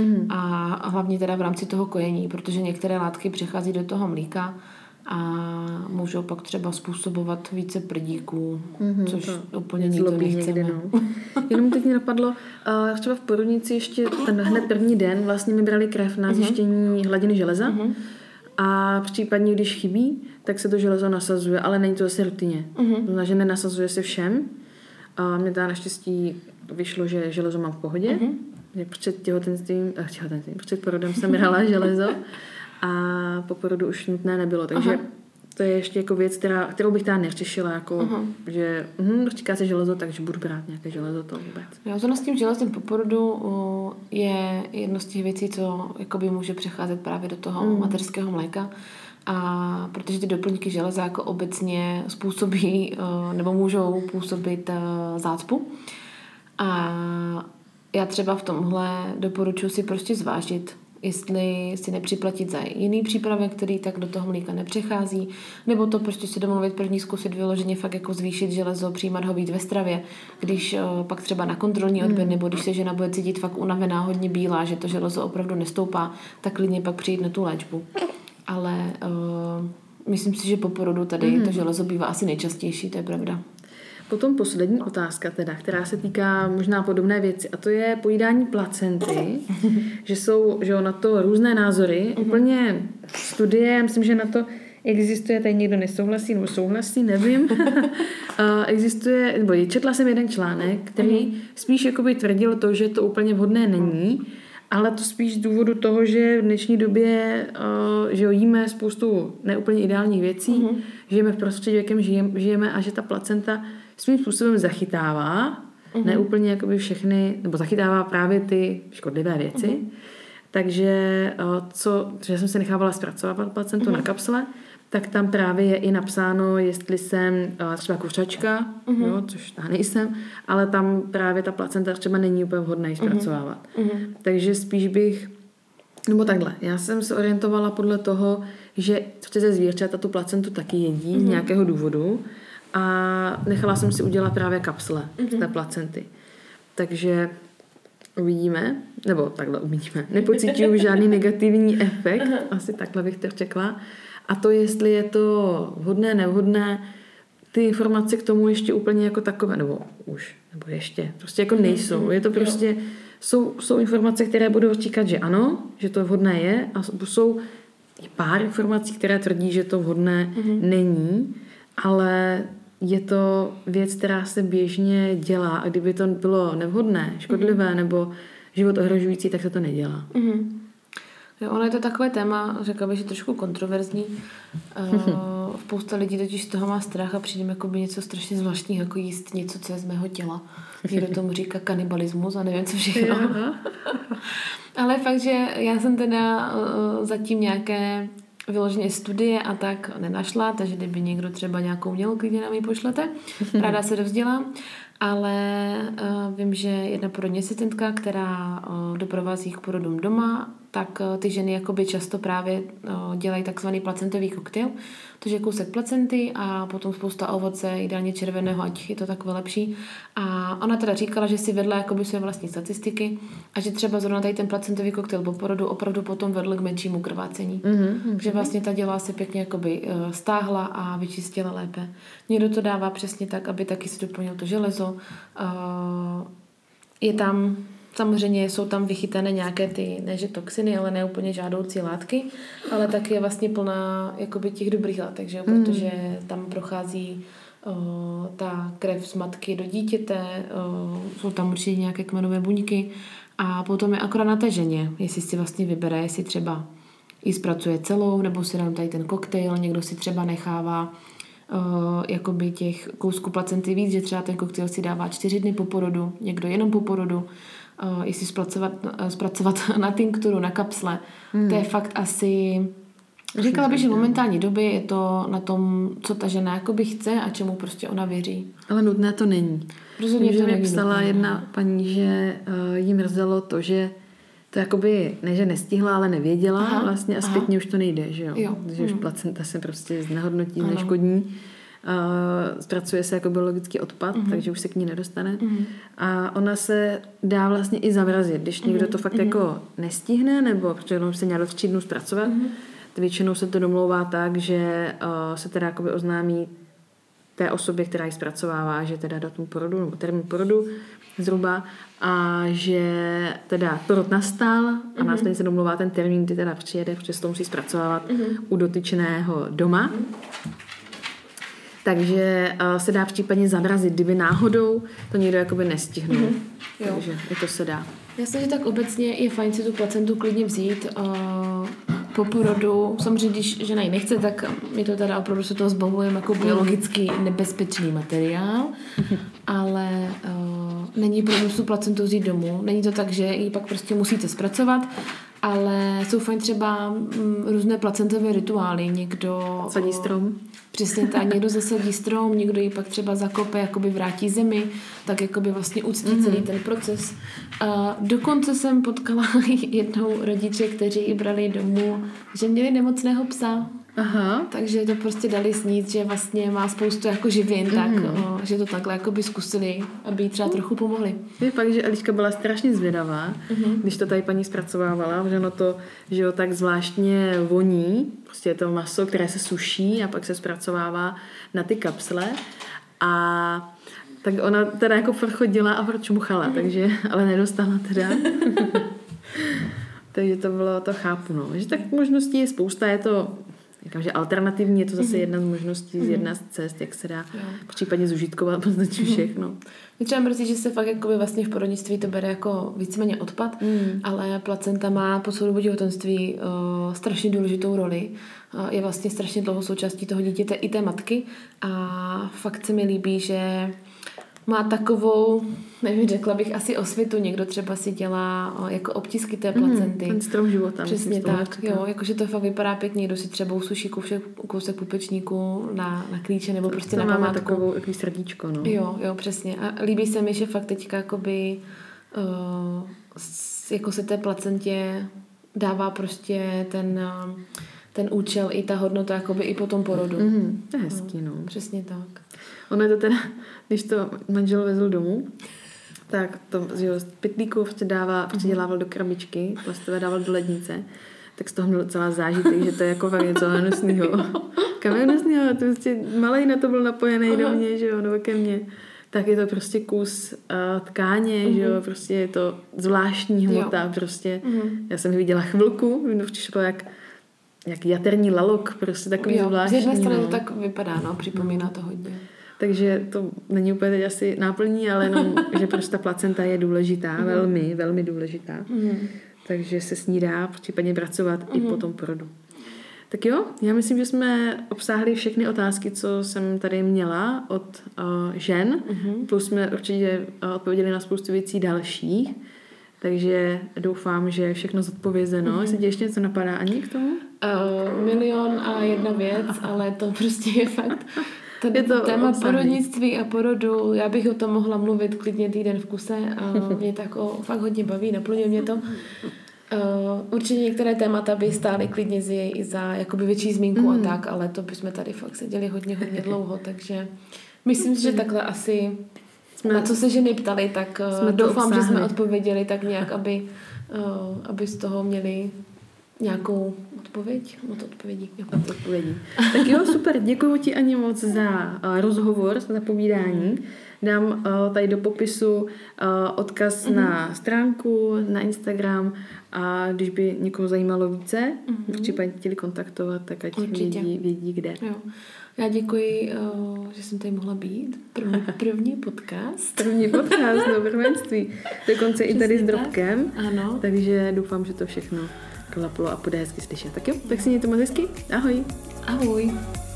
A hlavně teda v rámci toho kojení, protože některé látky přechází do toho mlíka a můžou pak třeba způsobovat více prdíků, což úplně nikdo nechceme. No. Jenom teď mě napadlo, třeba v porodnici ještě ten hned první den vlastně mi brali krev na zjištění hladiny železa a případně, když chybí, tak se to železo nasazuje, ale není to zase rutině. To znamená, že nenasazuje se všem. A mě teda naštěstí vyšlo, že železo mám v pohodě. Že před porodem jsem brala železo a po porodu už nutné nebylo. Takže to je ještě jako věc, kterou bych teda neřešila, jako, že říká se železo, takže budu brát nějaké železo, to vůbec. Jo, to s tím železem po porodu je jedno z těch věcí, co jakoby může přecházet právě do toho mateřského mléka. A protože ty doplňky železa jako obecně způsobí nebo můžou působit zácpu. A já třeba v tomhle doporučuji si prostě zvážit, jestli si nepřiplatit za jiný přípravek, který tak do toho mlíka nepřechází, nebo to prostě si domluvit první zkusit vyloženě fakt jako zvýšit železo, přijímat ho víc ve stravě, když pak třeba na kontrolní odběr, nebo když se žena bude cítit fakt unavená, hodně bílá, že to železo opravdu nestoupá, tak klidně pak přijít na tu léčbu. Ale myslím si, že po porodu tady to železo bývá asi nejčastější, to je pravda. Potom poslední otázka teda, která se týká možná podobné věci, a to je pojídání placenty, že jsou na to různé názory, úplně studie, myslím, že na to existuje, tady někdo nesouhlasí nebo souhlasí, nevím. Existuje, nebo četla jsem jeden článek, který spíš jakoby tvrdil to, že to úplně vhodné není, ale to spíš z důvodu toho, že v dnešní době že jíme spoustu neúplně ideálních věcí, žijeme v prostředí, v jakém žijeme a že ta placenta svým způsobem zachytává neúplně jakoby všechny, nebo zachytává právě ty škodlivé věci. Takže že jsem se nechávala zpracovat placentu na kapsle, tak tam právě je i napsáno, jestli jsem třeba kurčačka, jo, což já nejsem, ale tam právě ta placenta třeba není úplně vhodné ji zpracovávat. Takže spíš bych, nebo takhle, já jsem se orientovala podle toho, že přece zvířata tu placentu taky jedí z nějakého důvodu a nechala jsem si udělat právě kapsle z té placenty. Takže uvidíme, nebo takhle uvidíme. Nepocituju žádný negativní efekt, asi takhle bych to řekla. A to, jestli je to vhodné, nevhodné, ty informace k tomu ještě úplně jako takové, nebo ještě, prostě jako nejsou. Je to prostě, jsou informace, které budou říkat, že ano, že to vhodné je a jsou pár informací, které tvrdí, že to vhodné není, ale je to věc, která se běžně dělá a kdyby to bylo nevhodné, škodlivé nebo život ohrožující, tak se to nedělá. Jo, ono je to takové téma, řekla bych, že trošku kontroverzní. Spousta lidí totiž z toho má strach a přijde jakoby něco strašně zvláštního, jako jíst něco, co je z mého těla. Někdo tomu říká kanibalismus a nevím, co všechno. Ale fakt, že já jsem teda zatím nějaké vyloženě studie a tak nenašla, takže kdyby někdo třeba nějakou měl, klidně nám ji pošlete. Ráda se dovzdělám. Ale vím, že jedna porodní asistentka, která doprovází k porodům doma, tak ty ženy jakoby často právě dělají takzvaný placentový koktejl, to je kousek placenty a potom spousta ovoce, ideálně červeného, ať je to takové lepší. A ona teda říkala, že si vedla jakoby své vlastní statistiky a že třeba zrovna tady ten placentový koktejl po porodu opravdu potom vedl k menšímu krvácení. Že vlastně ta děla se pěkně jakoby stáhla a vyčistila lépe. Někdo to dává přesně tak, aby taky si doplnil to železo. Je tam samozřejmě jsou tam vychytané nějaké ty, ne že toxiny, ale ne úplně žádoucí látky, ale taky je vlastně plná jakoby těch dobrých látek, že? Protože tam prochází ta krev z matky do dítěte, jsou tam určitě nějaké kmenové buňky a potom je akorát na té ženě, jestli si vlastně vybere, jestli třeba ji zpracuje celou, nebo si dám tady ten koktejl, někdo si třeba nechává jakoby těch kousků placenty víc, že třeba ten koktejl si dává 4 dny po porodu, někdo jenom po porodu, jestli zpracovat na tinkturu, na kapsle. To je fakt asi... Říkala bych, že v momentální době je to na tom, co ta žena jakoby chce a čemu prostě ona věří. Ale nutné to není. Rozhodně to není psala nutné. jedna paní, že jí mrzelo to, že to jakoby, ne že nestihla, ale nevěděla vlastně a zpětně už to nejde, že jo? Že už placenta se prostě znehodnotí, neškodní. Zpracuje se jako biologický odpad, takže už se k ní nedostane. A ona se dá vlastně i zamrazit, když někdo to fakt jako nestihne, nebo protože už se měla do 3 dnů zpracovat, většinou se to domlouvá tak, že se teda jakoby oznámí té osobě, která ji zpracovává, že teda datum porodu nebo termín porodu zhruba a že teda porod nastal a následně se domlouvá ten termín, kdy teda přijede, protože se to musí zpracovávat u dotyčného doma. Takže se dá případně zamrazit, kdyby náhodou to někdo jakoby nestihnul. Takže i to se dá. Jasně, že tak obecně je fajn si tu placentu klidně vzít po porodu. Samozřejmě, když žena ji nechce, tak my to teda opravdu se toho zbavujeme jako biologicky nebezpečný materiál, ale není problém tu placentu vzít domů. Není to tak, že ji pak prostě musíte zpracovat, ale jsou fajn třeba různé placentové rituály. Někdo... Sadí strom. Přesně tak, někdo zasadí strom, někdo ji pak třeba zakope, jakoby vrátí zemi, tak jakoby vlastně uctí celý ten proces. Dokonce jsem potkala jednou rodiče, kteří ji brali domů, že měli nemocného psa. Aha. Takže to prostě dali snít, že vlastně má spoustu jako živin, tak že to takhle jakoby zkusili, aby jí třeba trochu pomohli. Je fakt, že Eliška byla strašně zvědavá, když to tady paní zpracovávala, že ono to, že jo, tak zvláštně voní, prostě je to maso, které se suší a pak se zpracovává na ty kapsle a tak ona teda jako furt chodila a furt čmuchala, takže, ale nedostala teda. Takže to bylo, to chápu, no. Že tak možností je spousta, je to, říkám, že alternativní, je to zase jedna z možností, jedna z cest, jak se dá případně zužitkovat podstatně všechno. Mě třeba mrzí, že se fakt jakoby vlastně v porodnictví to bere jako víceméně odpad, ale placenta má po celou dobu těhotenství strašně důležitou roli. Je vlastně strašně dlouho součástí toho dítěte i té matky a fakt se mi líbí, že má takovou, nevím, řekla bych asi osvětu. Někdo třeba si dělá jako obtisky té placenty. Ten strom života. Přesně tak, jo, jakože to fakt vypadá pěkně. Někdo si třeba usuší kousek pupečníku na klíče nebo prostě na památku. Takovou takový srdíčko, no. Jo, přesně. A líbí se mi, že fakt teďka jakoby jako se té placentě dává prostě ten účel i ta hodnota jakoby i po tom porodu. To je hezký, no. Přesně tak. Ono je to teda, když to manžel vezl domů, tak to z pytlíku předělával do krabičky, plastové dával do lednice, tak z toho měl docela zážitek, že to je jako fakt něco hnusného. Hnusného, to prostě malej na to byl napojený do mě, že jo, nebo ke mně. Tak je to prostě kus tkáně, že jo, prostě je to zvláštní hmota, prostě. Já jsem ji viděla chvilku, mi to přišlo jak jaterní lalok, prostě takový zvláštní. Z jedné strany to tak vypadá, no, připomíná to hodně. takže to není úplně teď asi náplní, ale jenom, že prostě ta placenta je důležitá, velmi, velmi důležitá. Takže se s ní dá případně pracovat i po tom porodu. Tak jo, já myslím, že jsme obsáhli všechny otázky, co jsem tady měla od žen, plus jsme určitě odpověděli na spoustu věcí dalších, takže doufám, že je všechno zodpovězeno. Jestli ti ještě něco napadá, Ani, k tomu? 1,001 věc, ale to prostě je fakt... Je to téma porodnictví a porodu, já bych o tom mohla mluvit klidně týden v kuse a mě tak fakt hodně baví, naplňuje mě to. Určitě některé témata by stály klidně i za jakoby větší zmínku a tak, ale to bychom tady fakt seděli hodně dlouho, takže myslím si, že takhle asi na co se ženy ptali, tak doufám, že jsme odpověděli tak nějak, aby z toho měli nějakou odpověď. Tak jo, super, děkuji ti, Ani, moc za rozhovor, za povídání. Dám tady do popisu odkaz na stránku, na Instagram a když by někoho zajímalo více, případně chtěli kontaktovat, tak ať vědí kde. Jo. Já děkuji, že jsem tady mohla být. První podcast. První podcast do prvenství. Dokonce i tady s Drobkem. Ano. Takže doufám, že to všechno klaplo a bude hezky slyšet. Tak jo, tak si mějte moc hezky. Ahoj. Ahoj.